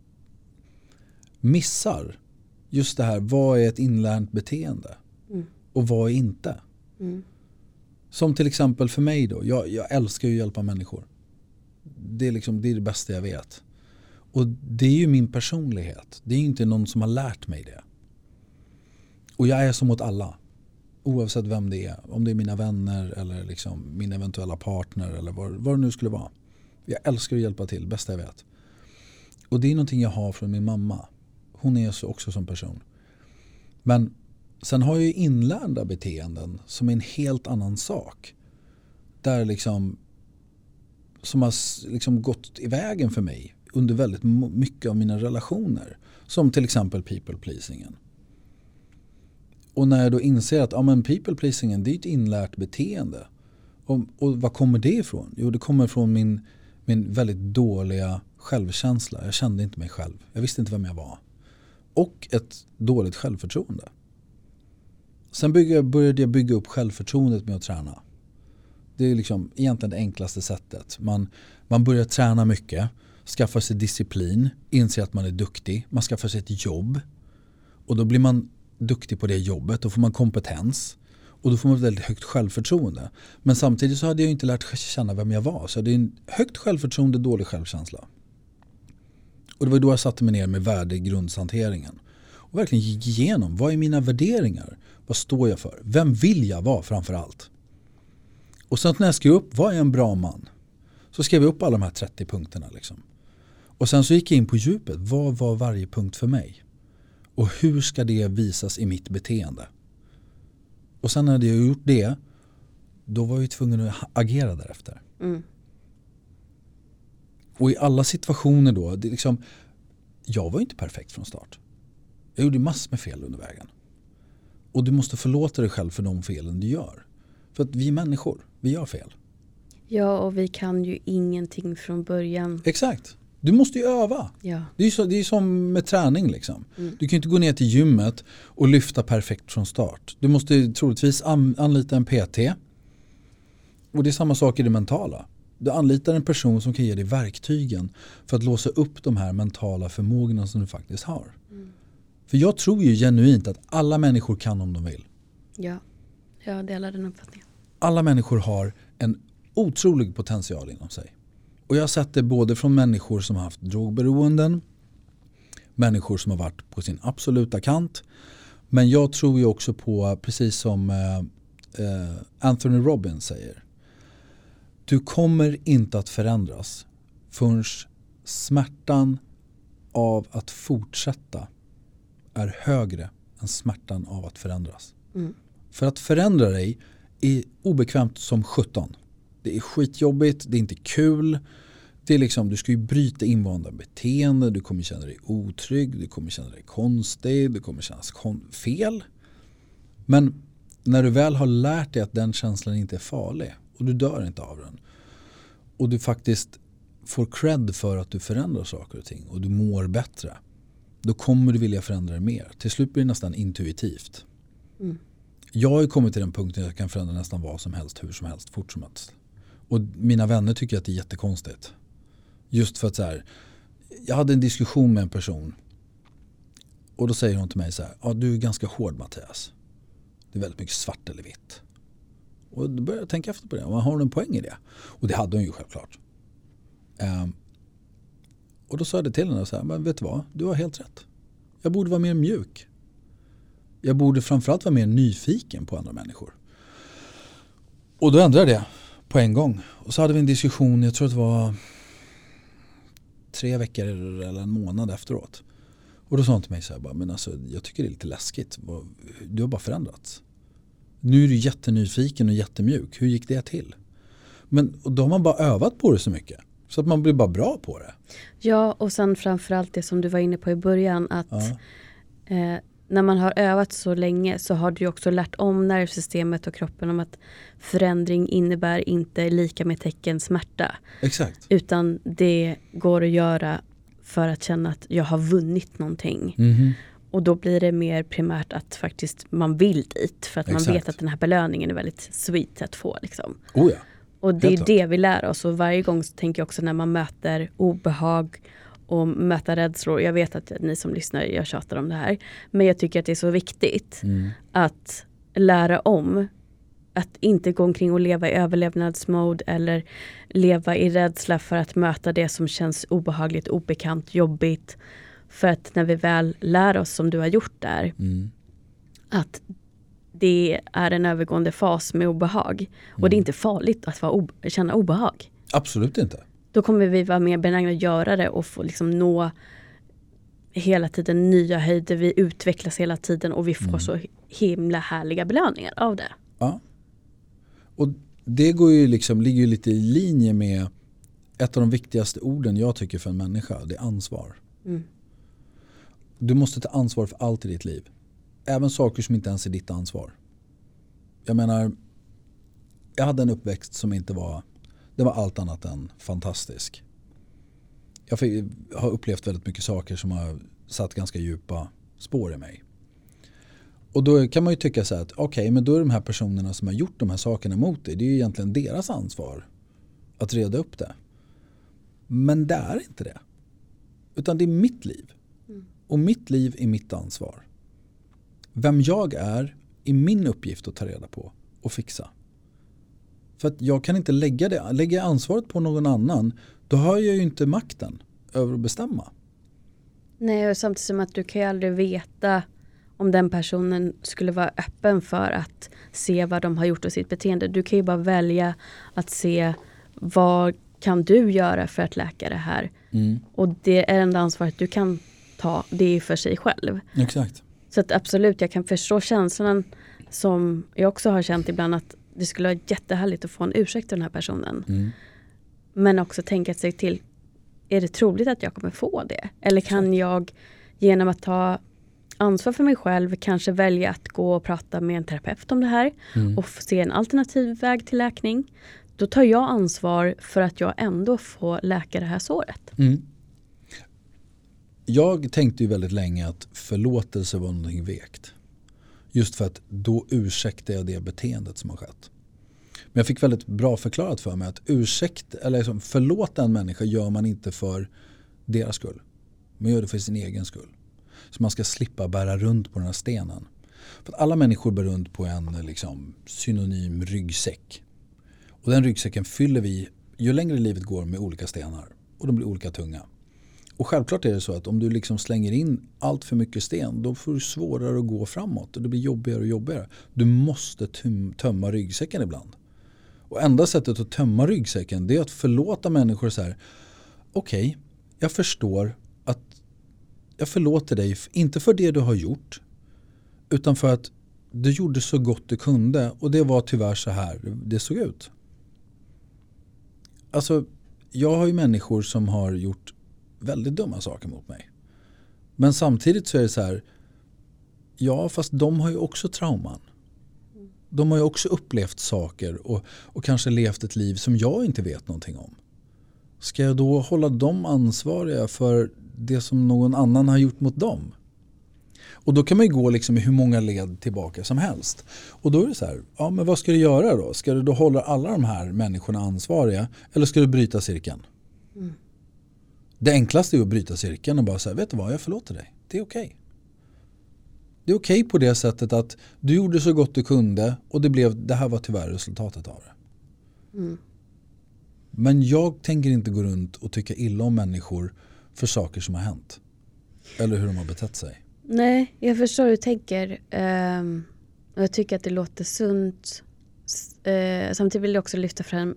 missar just det här, vad är ett inlärt beteende och vad är inte. Som till exempel för mig då, jag älskar ju att hjälpa människor. Det är det bästa jag vet. Och det är ju min personlighet. Det är ju inte någon som har lärt mig det. Och jag är som mot alla. Oavsett vem det är. Om det är mina vänner eller liksom min eventuella partner eller vad det nu skulle vara. Jag älskar att hjälpa till, bästa jag vet. Och det är någonting jag har från min mamma. Hon är så också som person. Men sen har jag ju inlärda beteenden som är en helt annan sak. Där liksom som har liksom gått i vägen för mig under väldigt mycket av mina relationer. Som till exempel people pleasingen. Och när jag då inser att people pleasingen det är ett inlärt beteende. Och vad kommer det ifrån? Jo, det kommer från min väldigt dåliga självkänsla. Jag kände inte mig själv. Jag visste inte vem jag var. Och ett dåligt självförtroende. Sen började jag bygga upp självförtroendet med att träna. Det är liksom egentligen det enklaste sättet. Man börjar träna mycket, skaffar sig disciplin, inser att man är duktig. Man skaffar sig ett jobb. Och då blir man duktig på det jobbet. Då får man kompetens. Och då får man ett väldigt högt självförtroende. Men samtidigt så hade jag inte lärt känna vem jag var. Så det är en högt självförtroende, dålig självkänsla. Och det var då jag satte mig ner med värdegrundshanteringen. Och verkligen gick igenom. Vad är mina värderingar? Vad står jag för? Vem vill jag vara framför allt? Och sen när jag skrev upp, vad är en bra man? Så skrev jag upp alla de här 30 punkterna. Liksom. Och sen så gick jag in på djupet. Vad var varje punkt för mig? Och hur ska det visas i mitt beteende? Och sen när jag gjort det, då var jag tvungen att agera därefter. Och i alla situationer då, det liksom, jag var inte perfekt från start. Jag gjorde massor med fel under vägen. Och du måste förlåta dig själv för de felen du gör. För att vi är människor, vi gör fel. Ja, och vi kan ju ingenting från början. Exakt. Du måste ju öva. Ja. Det är som med träning liksom. Du kan ju inte gå ner till gymmet och lyfta perfekt från start. Du måste troligtvis anlita en PT. Och det är samma sak i det mentala. Du anlitar en person som kan ge dig verktygen för att låsa upp de här mentala förmågorna som du faktiskt har. För jag tror ju genuint att alla människor kan om de vill. Ja, jag delar den uppfattningen. Alla människor har en otrolig potential inom sig. Och jag har sett det både från människor som har haft drogberoenden, människor som har varit på sin absoluta kant. Men jag tror ju också på, precis som Anthony Robbins säger, du kommer inte att förändras förrän smärtan av att fortsätta är högre än smärtan av att förändras. För att förändra dig är obekvämt som 17. Det är skitjobbigt, det är inte kul. Det är liksom, du ska ju bryta invanda beteende, du kommer känna dig otrygg, du kommer känna dig konstig, du kommer kännas fel. Men när du väl har lärt dig att den känslan inte är farlig och du dör inte av den och du faktiskt får cred för att du förändrar saker och ting och du mår bättre, då kommer du vilja förändra det mer. Till slut blir det nästan intuitivt. Jag har ju kommit till den punkten att jag kan förändra nästan vad som helst, hur som helst, fort som helst. Och mina vänner tycker att det är jättekonstigt. Just för att så här, jag hade en diskussion med en person och då säger hon till mig så här: ja, du är ganska hård, Mattias. Det är väldigt mycket svart eller vitt. Och då började jag tänka efter på det. Har hon en poäng i det? Och det hade hon ju självklart. Och då sa jag det till henne så här: men vet du vad? Du har helt rätt. Jag borde vara mer mjuk. Jag borde framförallt vara mer nyfiken på andra människor. Och då ändrade jag det på en gång. Och så hade vi en diskussion, jag tror att det var 3 veckor eller en månad efteråt. Och då sa hon till mig så här: men alltså, jag tycker det är lite läskigt. Du har bara förändrats. Nu är du jättenyfiken och jättemjuk. Hur gick det till? Men och då har man bara övat på det så mycket. Så att man blir bara bra på det. Ja, och sen framförallt det som du var inne på i början. Att när man har övat så länge så har du också lärt om nervsystemet och kroppen om att förändring innebär inte lika med tecken smärta. Exakt. Utan det går att göra för att känna att jag har vunnit någonting. Och då blir det mer primärt att faktiskt man vill dit. För att man vet att den här belöningen är väldigt sweet att få. Liksom. Oh ja. Och det är det vi lär oss. Och varje gång så tänker jag också när man möter obehag och möta rädslor. Jag vet att ni som lyssnar, jag tjatar om det här. Men jag tycker att det är så viktigt att lära om. Att inte gå omkring och leva i överlevnadsmode eller leva i rädsla för att möta det som känns obehagligt, obekant, jobbigt. För att när vi väl lär oss som du har gjort där, att det är en övergående fas med obehag. Och det är inte farligt att känna obehag. Absolut inte. Då kommer vi vara mer benägna att göra det och få liksom nå hela tiden nya höjder. Vi utvecklas hela tiden och vi får så himla härliga belöningar av det. Ja. Och det går ju liksom, ligger ju lite i linje med ett av de viktigaste orden jag tycker för en människa. Det är ansvar. Du måste ta ansvar för allt i ditt liv. Även saker som inte ens är ditt ansvar. Jag menar, jag hade en uppväxt som inte var, det var allt annat än fantastisk. Jag har upplevt väldigt mycket saker som har satt ganska djupa spår i mig. Och då kan man ju tycka så här att okej, men då är de här personerna som har gjort de här sakerna mot dig, det är ju egentligen deras ansvar att reda upp det. Men det är inte det. Utan det är mitt liv. Och mitt liv är mitt ansvar. Vem jag är min uppgift att ta reda på och fixa. För att jag kan inte lägga ansvaret på någon annan. Då har jag ju inte makten över att bestämma. Nej, och samtidigt som att du kan ju aldrig veta om den personen skulle vara öppen för att se vad de har gjort och sitt beteende. Du kan ju bara välja att se vad kan du göra för att läka det här. Och det är enda ansvaret du kan ta, det är för sig själv. Exakt. Så att absolut, jag kan förstå känslan som jag också har känt ibland att det skulle vara jättehärligt att få en ursäkt till den här personen. Men också tänka sig till, är det troligt att jag kommer få det? Eller kan jag genom att ta ansvar för mig själv kanske välja att gå och prata med en terapeut om det här och se en alternativ väg till läkning? Då tar jag ansvar för att jag ändå får läka det här såret. Jag tänkte ju väldigt länge att förlåtelse var någonting vekt. Just för att då ursäktar jag det beteendet som har skett. Men jag fick väldigt bra förklarat för mig att förlåta en människa gör man inte för deras skull. Man gör det för sin egen skull. Så man ska slippa bära runt på den här stenen. För att alla människor bär runt på en synonym ryggsäck. Och den ryggsäcken fyller vi ju längre livet går med olika stenar. Och de blir olika tunga. Och självklart är det så att om du slänger in allt för mycket sten, då får du svårare att gå framåt. Och det blir jobbigare och jobbigare. Du måste tömma ryggsäcken ibland. Och enda sättet att tömma ryggsäcken, det är att förlåta människor så här. Okej, jag förstår att jag förlåter dig, inte för det du har gjort, utan för att du gjorde så gott du kunde och det var tyvärr så här det såg ut. Alltså, jag har ju människor som har gjort väldigt dumma saker mot mig. Men samtidigt så är det så här, ja, fast de har ju också trauman. De har ju också upplevt saker och kanske levt ett liv som jag inte vet någonting om. Ska jag då hålla dem ansvariga för det som någon annan har gjort mot dem? Och då kan man ju gå i hur många led tillbaka som helst. Och då är det så här, ja men vad ska du göra då? Ska du då hålla alla de här människorna ansvariga eller ska du bryta cirkeln? Det enklaste är att bryta cirkeln och bara säga, vet du vad, jag förlåter dig. Det är okej. Det är okej på det sättet att du gjorde så gott du kunde och det här var tyvärr resultatet av det. Men jag tänker inte gå runt och tycka illa om människor för saker som har hänt. Eller hur de har betett sig. Nej, jag förstår hur du tänker. Och jag tycker att det låter sunt. Samtidigt vill jag också lyfta fram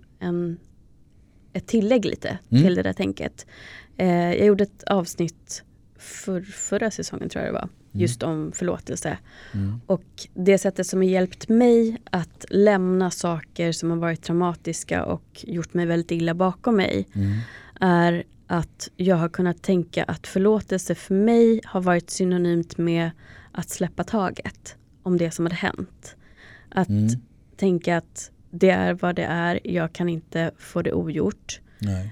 ett tillägg lite till det där tänket. Jag gjorde ett avsnitt förra säsongen tror jag det var. Just om förlåtelse. Och det sättet som har hjälpt mig att lämna saker som har varit traumatiska och gjort mig väldigt illa bakom mig är att jag har kunnat tänka att förlåtelse för mig har varit synonymt med att släppa taget om det som hade hänt. Att tänka att det är vad det är, jag kan inte få det ogjort.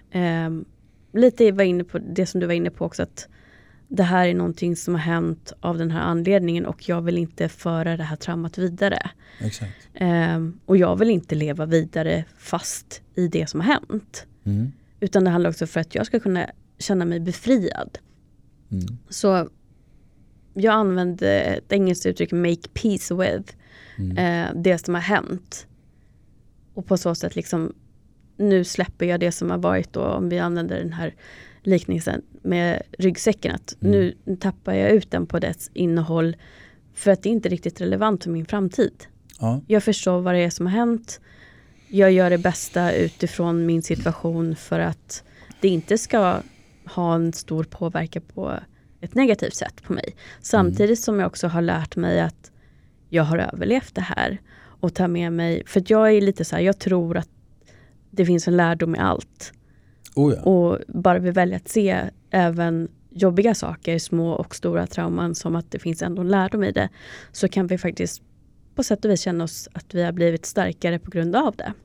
Lite var inne på det som du var inne på också, att det här är någonting som har hänt av den här anledningen och jag vill inte föra det här traumat vidare. Exakt. Och jag vill inte leva vidare fast i det som har hänt. Utan det handlar också för att jag ska kunna känna mig befriad. Så jag använde ett engelskt uttryck, make peace with, det som har hänt. Och på så sätt nu släpper jag det som har varit då, om vi använder den här liknelsen med ryggsäcken, att nu tappar jag ut den på dess innehåll för att det är inte riktigt relevant för min framtid. Jag förstår vad det är som har hänt. Jag gör det bästa utifrån min situation för att det inte ska ha en stor påverkan på ett negativt sätt på mig. Samtidigt som jag också har lärt mig att jag har överlevt det här och tar med mig, för att jag är lite så här, jag tror att det finns en lärdom i allt. Och bara vi väljer att se även jobbiga saker, små och stora trauman, som att det finns ändå en lärdom i det, så kan vi faktiskt på sätt och vis känna oss att vi har blivit starkare på grund av det.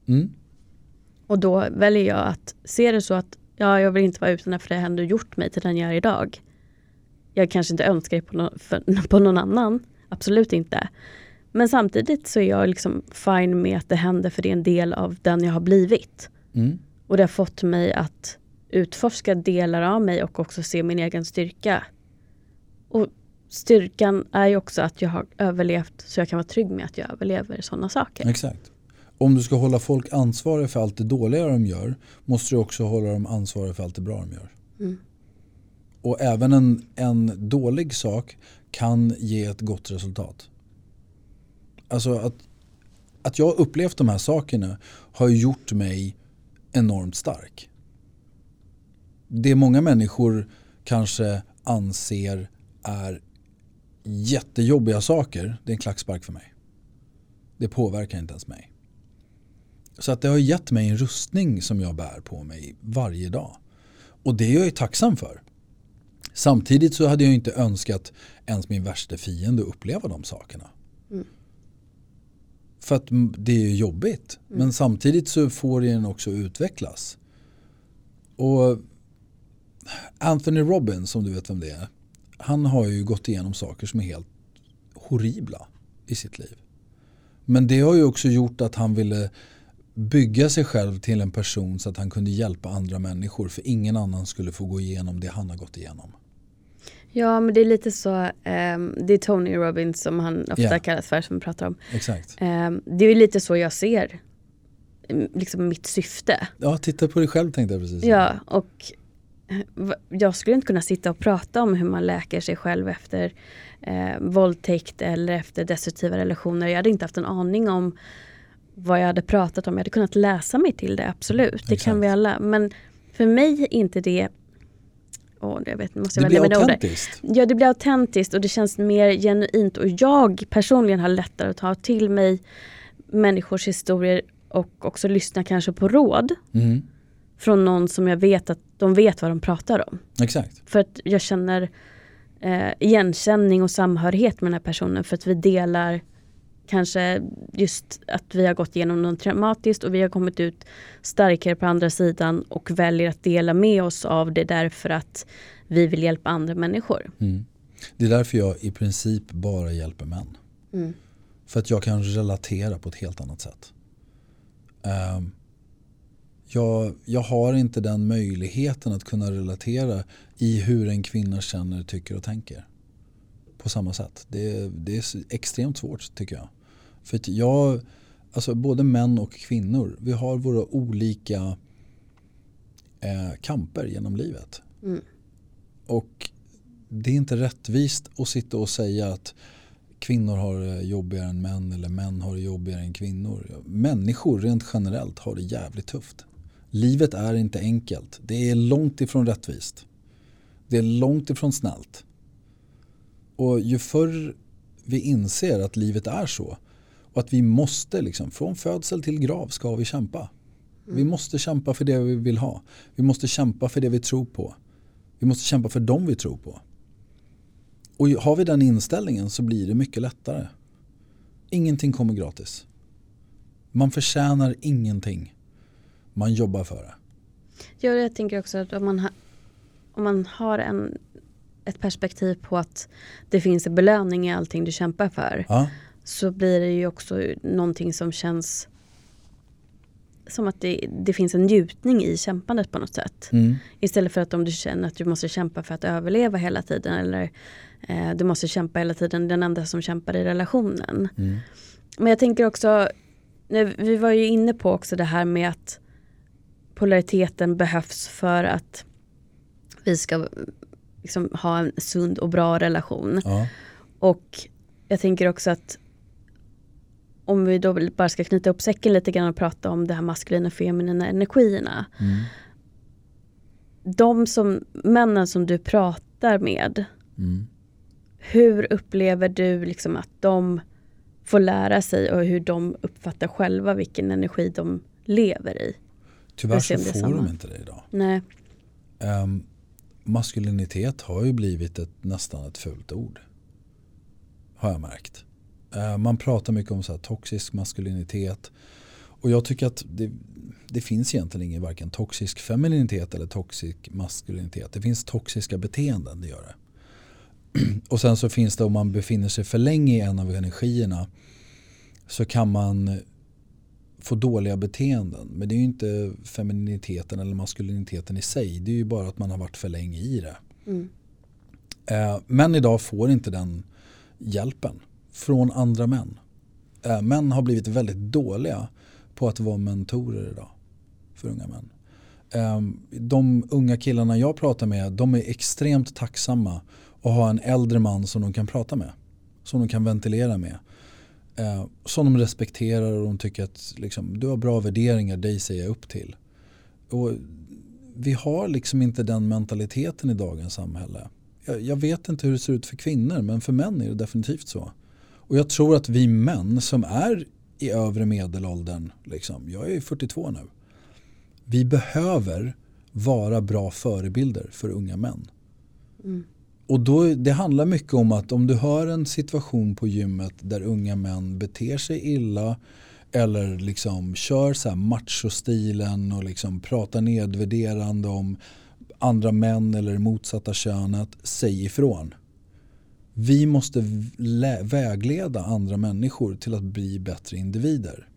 Och då väljer jag att se det så att jag vill inte vara utan för det har ändå gjort mig till den jag är idag. Jag kanske inte önskar det på någon annan, absolut inte. Men samtidigt så är jag fine med att det händer, för det är en del av den jag har blivit. Och det har fått mig att utforska delar av mig och också se min egen styrka. Och styrkan är ju också att jag har överlevt, så jag kan vara trygg med att jag överlever sådana saker. Exakt. Om du ska hålla folk ansvariga för allt det dåliga de gör, måste du också hålla dem ansvariga för allt det bra de gör. Och även en dålig sak kan ge ett gott resultat. Alltså att jag upplevt de här sakerna har gjort mig enormt stark. Det många människor kanske anser är jättejobbiga saker, det är en klackspark för mig. Det påverkar inte ens mig. Så att det har gett mig en rustning som jag bär på mig varje dag. Och det är jag ju tacksam för. Samtidigt så hade jag inte önskat ens min värsta fiende att uppleva de sakerna. För att det är ju jobbigt. Men samtidigt så får den också utvecklas. Och Anthony Robbins, som du vet vem det är, han har ju gått igenom saker som är helt horribla i sitt liv. Men det har ju också gjort att han ville bygga sig själv till en person så att han kunde hjälpa andra människor, för ingen annan skulle få gå igenom det han har gått igenom. Ja, men det är lite så, det är Tony Robbins som han ofta kallas för, som vi pratar om. Exakt. Det är ju lite så jag ser liksom mitt syfte. Ja, titta på dig själv, tänkte jag precis. Ja, och jag skulle inte kunna sitta och prata om hur man läker sig själv efter våldtäkt eller efter destruktiva relationer. Jag hade inte haft en aning om vad jag hade pratat om. Jag hade kunnat läsa mig till det, absolut. Det Exakt. kan vi alla. Men för mig är inte det... jag vet, måste jag det välja blir autentiskt. Ja, det blir autentiskt och det känns mer genuint. Och jag personligen har lättare att ta till mig människors historier och också lyssna kanske på råd. Från någon som jag vet att de vet vad de pratar om. Exakt. För att jag känner igenkänning och samhörighet med den här personen. För att vi delar kanske just att vi har gått igenom något traumatiskt och vi har kommit ut starkare på andra sidan och väljer att dela med oss av det därför att vi vill hjälpa andra människor. Det är därför jag i princip bara hjälper män. För att jag kan relatera på ett helt annat sätt. Jag har inte den möjligheten att kunna relatera i hur en kvinna känner, tycker och tänker. På samma sätt. Det är extremt svårt, tycker jag. För att alltså både män och kvinnor, vi har våra olika kamper genom livet. Och det är inte rättvist att sitta och säga att kvinnor har det jobbigare än män eller män har det jobbigare än kvinnor. Människor rent generellt har det jävligt tufft. Livet är inte enkelt. Det är långt ifrån rättvist. Det är långt ifrån snällt. Och ju förr vi inser att livet är så och att vi måste liksom, från födsel till grav ska vi kämpa. Vi måste kämpa för det vi vill ha. Vi måste kämpa för det vi tror på. Vi måste kämpa för dem vi tror på. Och har vi den inställningen så blir det mycket lättare. Ingenting kommer gratis. Man förtjänar ingenting. Man jobbar för det. Ja, jag tänker också att om man har ett perspektiv på att det finns en belöning i allting du kämpar för, så blir det ju också någonting som känns som att det finns en njutning i kämpandet på något sätt. Istället för att om du känner att du måste kämpa för att överleva hela tiden eller du måste kämpa hela tiden, den enda som kämpar i relationen. Men jag tänker också, vi var ju inne på också det här med att polariteten behövs för att vi ska liksom ha en sund och bra relation. Och jag tänker också att om vi då bara ska knyta upp säcken lite grann och prata om det här maskulina och feminina energierna. Männen som du pratar med, hur upplever du liksom att de får lära sig och hur de uppfattar själva vilken energi de lever i? Tyvärr så får de inte det idag. Nej. Maskulinitet har ju blivit nästan ett fult ord. Har jag märkt. Man pratar mycket om så här toxisk maskulinitet. Och jag tycker att det finns egentligen ingen varken toxisk femininitet eller toxisk maskulinitet. Det finns toxiska beteenden, det gör det. Och sen så finns det, om man befinner sig för länge i en av energierna, så kan man få dåliga beteenden. Men det är ju inte femininiteten eller maskuliniteten i sig. Det är ju bara att man har varit för länge i det. Men idag får inte den hjälpen från andra män. Män har blivit väldigt dåliga på att vara mentorer idag för unga män. De unga killarna jag pratar med, de är extremt tacksamma att ha en äldre man som de kan prata med. Som de kan ventilera med. Som de respekterar och de tycker att liksom, du har bra värderingar, dig säger jag upp till. Och vi har liksom inte den mentaliteten i dagens samhälle. Jag vet inte hur det ser ut för kvinnor, men för män är det definitivt så. Och jag tror att vi män som är i övre medelåldern, liksom, jag är 42 nu, vi behöver vara bra förebilder för unga män. Och då, det handlar mycket om att om du har en situation på gymmet där unga män beter sig illa eller liksom kör så här machostilen och liksom pratar nedvärderande om andra män eller motsatta könet, säg ifrån. Vi måste vägleda andra människor till att bli bättre individer.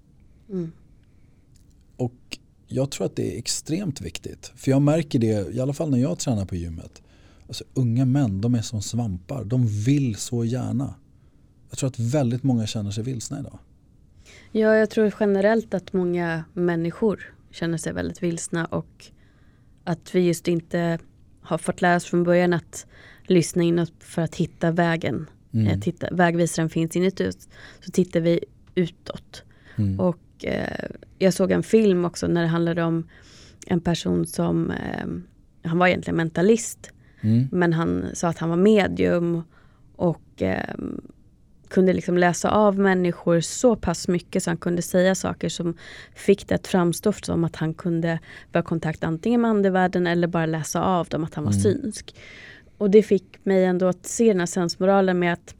Och jag tror att det är extremt viktigt. För jag märker det, i alla fall när jag tränar på gymmet. Alltså, unga män, de är som svampar. De vill så gärna. Jag tror att väldigt många känner sig vilsna idag. Ja, jag tror generellt att många människor känner sig väldigt vilsna. Och att vi just inte har fått lära oss från början att lyssna inåt för att hitta vägen. Vägvisaren finns inuti, så tittar vi utåt. Och jag såg en film också när det handlade om en person som, han var egentligen mentalist. Men han sa att han var medium och kunde liksom läsa av människor så pass mycket så han kunde säga saker som fick det att framstå som att han kunde vara i kontakt antingen med andevärlden eller bara läsa av dem att han var synsk. Och det fick mig ändå att se den här sensmoralen med att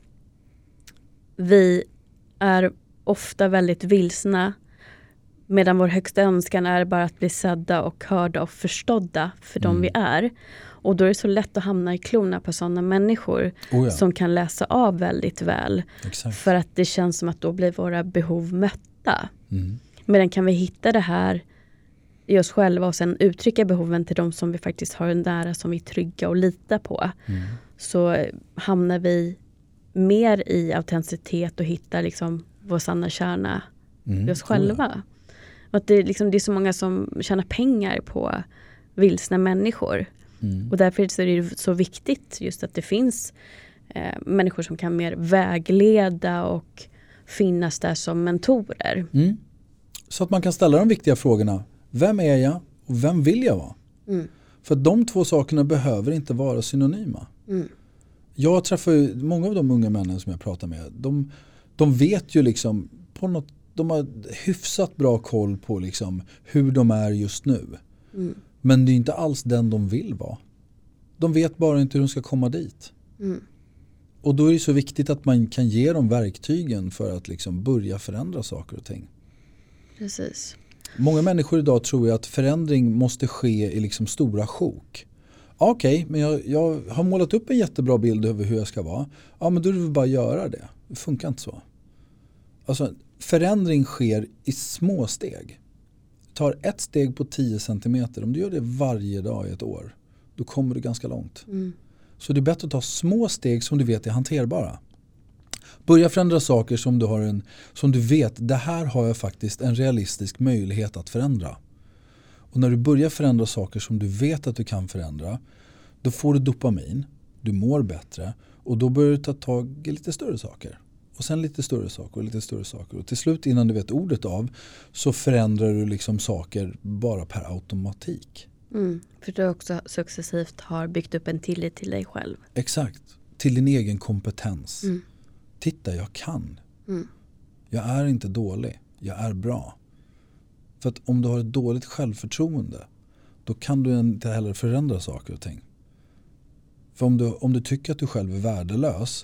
vi är ofta väldigt vilsna, medan vår högsta önskan är bara att bli sedda och hörda och förstådda för de vi är. Och då är det så lätt att hamna i klorna på sådana människor som kan läsa av väldigt väl. Exakt. För att det känns som att då blir våra behov mötta. Medan kan vi hitta det här i oss själva och sen uttrycka behoven till de som vi faktiskt har nära, som vi är trygga och litar på. Så hamnar vi mer i autenticitet och hittar liksom vår sanna kärna i oss själva. Och att det är så många som tjänar pengar på vilsna människor. Och därför är det så viktigt just att det finns människor som kan mer vägleda och finnas där som mentorer. Så att man kan ställa de viktiga frågorna. Vem är jag och vem vill jag vara? För de två sakerna behöver inte vara synonyma. Jag träffar ju många av de unga männen som jag pratar med. De vet ju liksom på något, de har hyfsat bra koll på liksom hur de är just nu. Men det är inte alls den de vill vara. De vet bara inte hur de ska komma dit. Och då är det så viktigt att man kan ge dem verktygen för att liksom börja förändra saker och ting. Precis. Många människor idag tror ju att förändring måste ske i liksom stora sjok. Okej, men jag har målat upp en jättebra bild över hur jag ska vara. Ja, men då är det bara att göra det. Det funkar inte så. Alltså, förändring sker i små steg. Du tar ett steg på 10 centimeter. Om du gör det varje dag i ett år, då kommer du ganska långt. Så det är bättre att ta små steg som du vet är hanterbara. Börja förändra saker som du vet, det här har jag faktiskt en realistisk möjlighet att förändra. Och när du börjar förändra saker som du vet att du kan förändra, då får du dopamin, du mår bättre och då börjar du ta tag i lite större saker. Och sen lite större saker och lite större saker. Och till slut innan du vet ordet av så förändrar du liksom saker bara per automatik. För du också successivt har byggt upp en tillit till dig själv. Exakt, till din egen kompetens. Titta, jag kan. Jag är inte dålig, jag är bra. För att om du har ett dåligt självförtroende, då kan du inte heller förändra saker och ting. För om du tycker att du själv är värdelös,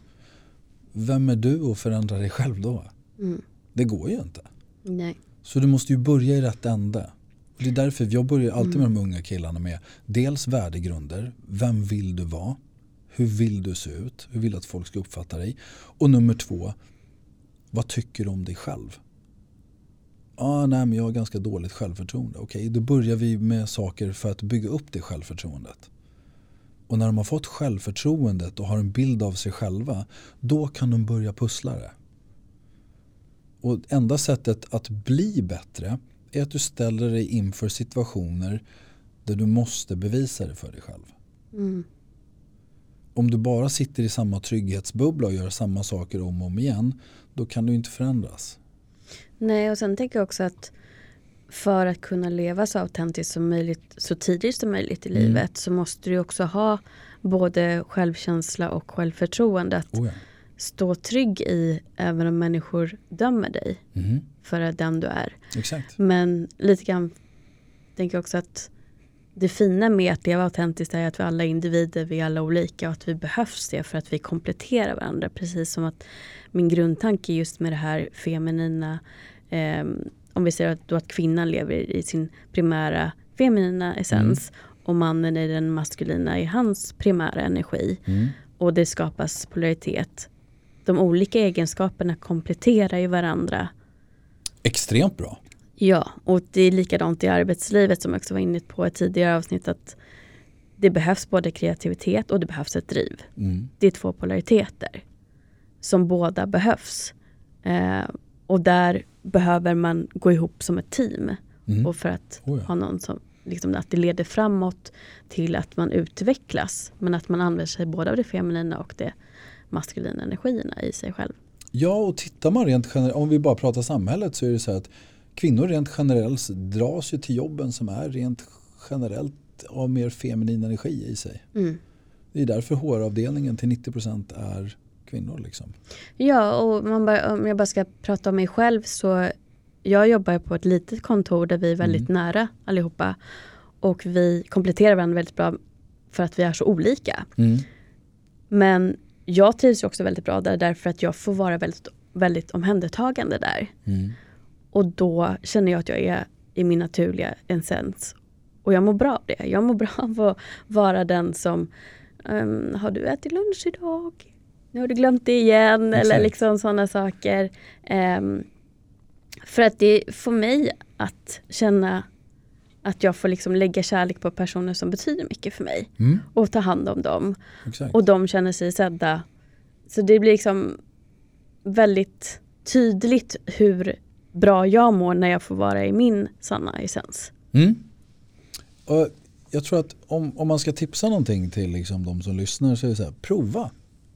vem är du att förändra dig själv då? Det går ju inte. Nej. Så du måste ju börja i rätt ände. Och det är därför jag börjar alltid med de unga killarna med dels värdegrunder. Vem vill du vara? Hur vill du se ut? Hur vill du att folk ska uppfatta dig? Och nummer 2, vad tycker du om dig själv? Nej, men jag har ganska dåligt självförtroende. Okej, då börjar vi med saker för att bygga upp det självförtroendet. Och när de har fått självförtroendet och har en bild av sig själva, då kan de börja pussla det. Och enda sättet att bli bättre är att du ställer dig inför situationer där du måste bevisa det för dig själv. Om du bara sitter i samma trygghetsbubbla och gör samma saker om och om igen, då kan du inte förändras. Nej, och sen tänker jag också att för att kunna leva så autentiskt som möjligt, så tidigt som möjligt i livet, så måste du också ha både självkänsla och självförtroende att stå trygg i, även om människor dömer dig för den du är. Exakt. Men lite grann tänker jag också att det fina med att leva autentiskt är att vi alla är individer, vi är alla olika och att vi behövs det för att vi kompletterar varandra. Precis som att min grundtanke just med det här feminina, om vi säger att kvinnan lever i sin primära feminina essens och mannen i den maskulina i hans primära energi. Och det skapas polaritet. De olika egenskaperna kompletterar ju varandra. Extremt bra. Ja, och det är likadant i arbetslivet som jag också var inne på ett tidigare avsnitt, att det behövs både kreativitet och det behövs ett driv. Det är 2 polariteter som båda behövs. Och där behöver man gå ihop som ett team. Och för att ha någon som, liksom, att det leder framåt till att man utvecklas. Men att man använder sig både av det feminina och det maskulina energierna i sig själv. Ja, och tittar man rent generellt, om vi bara pratar samhället, så är det så att kvinnor rent generellt dras ju till jobben som är rent generellt av mer feminin energi i sig. Det är därför HR-avdelningen till 90% är kvinnor. Liksom. Ja, och om jag bara ska prata om mig själv, så jag jobbar på ett litet kontor där vi är väldigt nära allihopa. Och vi kompletterar varandra väldigt bra för att vi är så olika. Men jag trivs också väldigt bra där därför att jag får vara väldigt, väldigt omhändertagande där. Och då känner jag att jag är i min naturliga essens. Och jag mår bra av det. Jag mår bra av att vara den som har du ätit lunch idag? Nu har du glömt det igen. Exakt. Eller liksom sådana saker. För att det får mig att känna att jag får liksom lägga kärlek på personer som betyder mycket för mig. Och ta hand om dem. Exakt. Och de känner sig sedda. Så det blir liksom väldigt tydligt hur bra jag mår när jag får vara i min sanna essens. Och jag tror att om man ska tipsa någonting till liksom de som lyssnar, så är det så här, prova.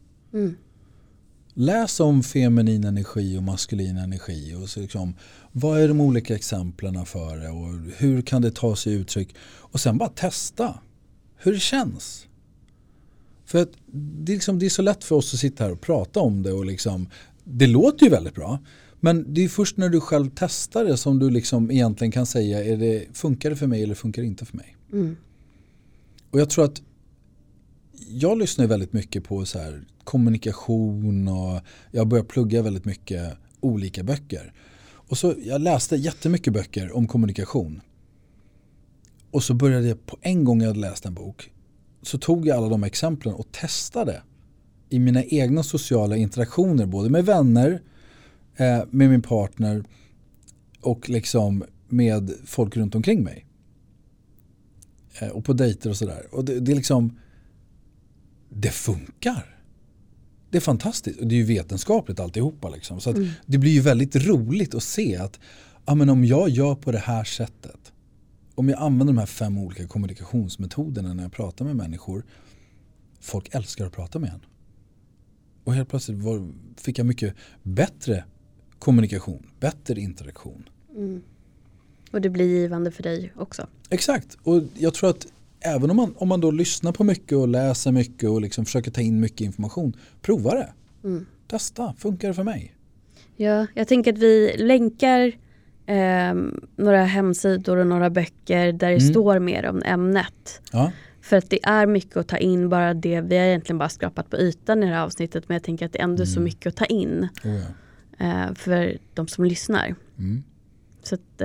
Läs om feminin energi och maskulin energi och så liksom, vad är de olika exemplen för det och hur kan det ta sig uttryck, och sen bara testa hur det känns. För att det är så lätt för oss att sitta här och prata om det och liksom, det låter ju väldigt bra, men det är först när du själv testar det som du liksom egentligen kan säga, funkar det för mig eller funkar det inte för mig. Och jag tror att jag lyssnar väldigt mycket på så här kommunikation, och jag börjar plugga väldigt mycket olika böcker. Och så jag läste jättemycket böcker om kommunikation. Och så började jag på en gång jag hade läst en bok, så tog jag alla de exemplen och testade i mina egna sociala interaktioner, både med vänner, med min partner och liksom med folk runt omkring mig. Och på dejter och sådär. Och det är liksom, det funkar. Det är fantastiskt. Och det är ju vetenskapligt alltihopa. Liksom. Så att det blir ju väldigt roligt att se att men om jag gör på det här sättet, om jag använder de här 5 olika kommunikationsmetoderna när jag pratar med människor, folk älskar att prata med en. Och helt plötsligt fick jag mycket bättre kommunikation, bättre interaktion. Och det blir givande för dig också. Exakt. Och jag tror att även om man då lyssnar på mycket och läser mycket och liksom försöker ta in mycket information, prova det. Testa, funkar det för mig? Ja, jag tänker att vi länkar några hemsidor och några böcker där det står mer om ämnet. Ja. För att det är mycket att ta in, bara det. Vi har egentligen bara skrapat på ytan i det här avsnittet, men jag tänker att det ändå är så mycket att ta in för de som lyssnar. Så att,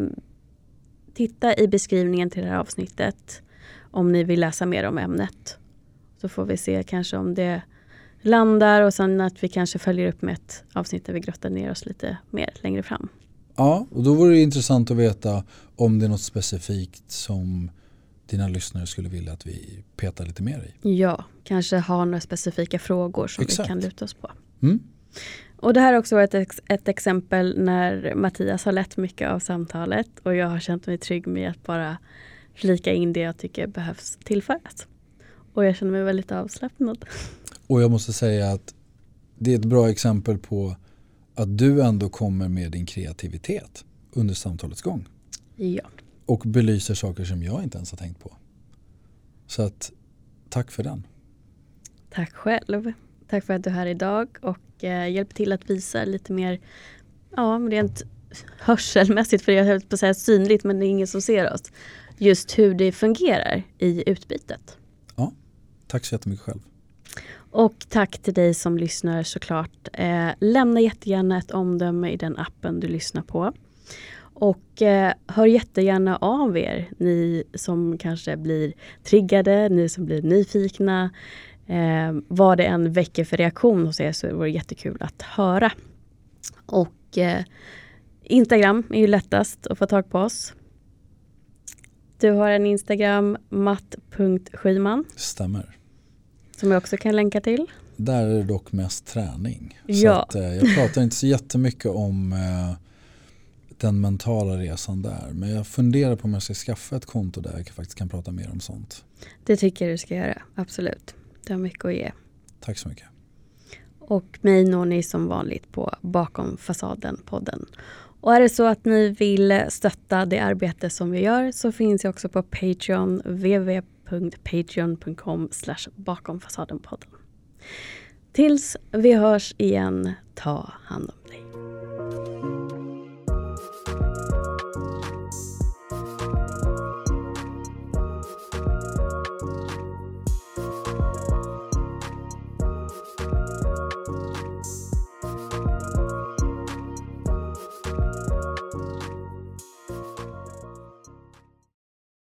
titta i beskrivningen till det här avsnittet om ni vill läsa mer om ämnet. Så får vi se kanske om det landar, och sen att vi kanske följer upp med ett avsnitt där vi grottar ner oss lite mer längre fram. Ja, och då vore det intressant att veta om det är något specifikt som dina lyssnare skulle vilja att vi petar lite mer i. Ja, kanske ha några specifika frågor som vi kan luta oss på. Mm. Och det här har också varit ett exempel när Mattias har lett mycket av samtalet och jag har känt mig trygg med att bara flika in det jag tycker behövs tillföras. Och jag känner mig väldigt avslappnad. Och jag måste säga att det är ett bra exempel på att du ändå kommer med din kreativitet under samtalets gång. Ja. Och belyser saker som jag inte ens har tänkt på. Så att, tack för den. Tack själv. Tack för att du är här idag och hjälper till att visa lite mer, rent hörselmässigt, för jag höll på att säga synligt, men det är ingen som ser oss. just hur det fungerar i utbytet. Ja, tack så jättemycket själv. Och tack till dig som lyssnar såklart. Lämna jättegärna ett omdöme i den appen du lyssnar på. Och hör jättegärna av er, ni som kanske blir triggade, ni som blir nyfikna. Vad det än väcker för reaktion hos er så vore det jättekul att höra. Och Instagram är ju lättast att få tag på oss. Du har en Instagram, matt.skyman. Stämmer. Som jag också kan länka till. Där är det dock mest träning. Ja. Så att, jag pratar inte så jättemycket om den mentala resan där. Men jag funderar på om jag ska skaffa ett konto där jag faktiskt kan prata mer om sånt. Det tycker jag du ska göra, absolut. Det har mycket att ge. Tack så mycket. Och mig når ni som vanligt på Bakom fasaden-podden. Och är det så att ni vill stötta det arbete som vi gör så finns jag också på Patreon, www.patreon.com/bakomfasadenpodden. Tills vi hörs igen, ta hand om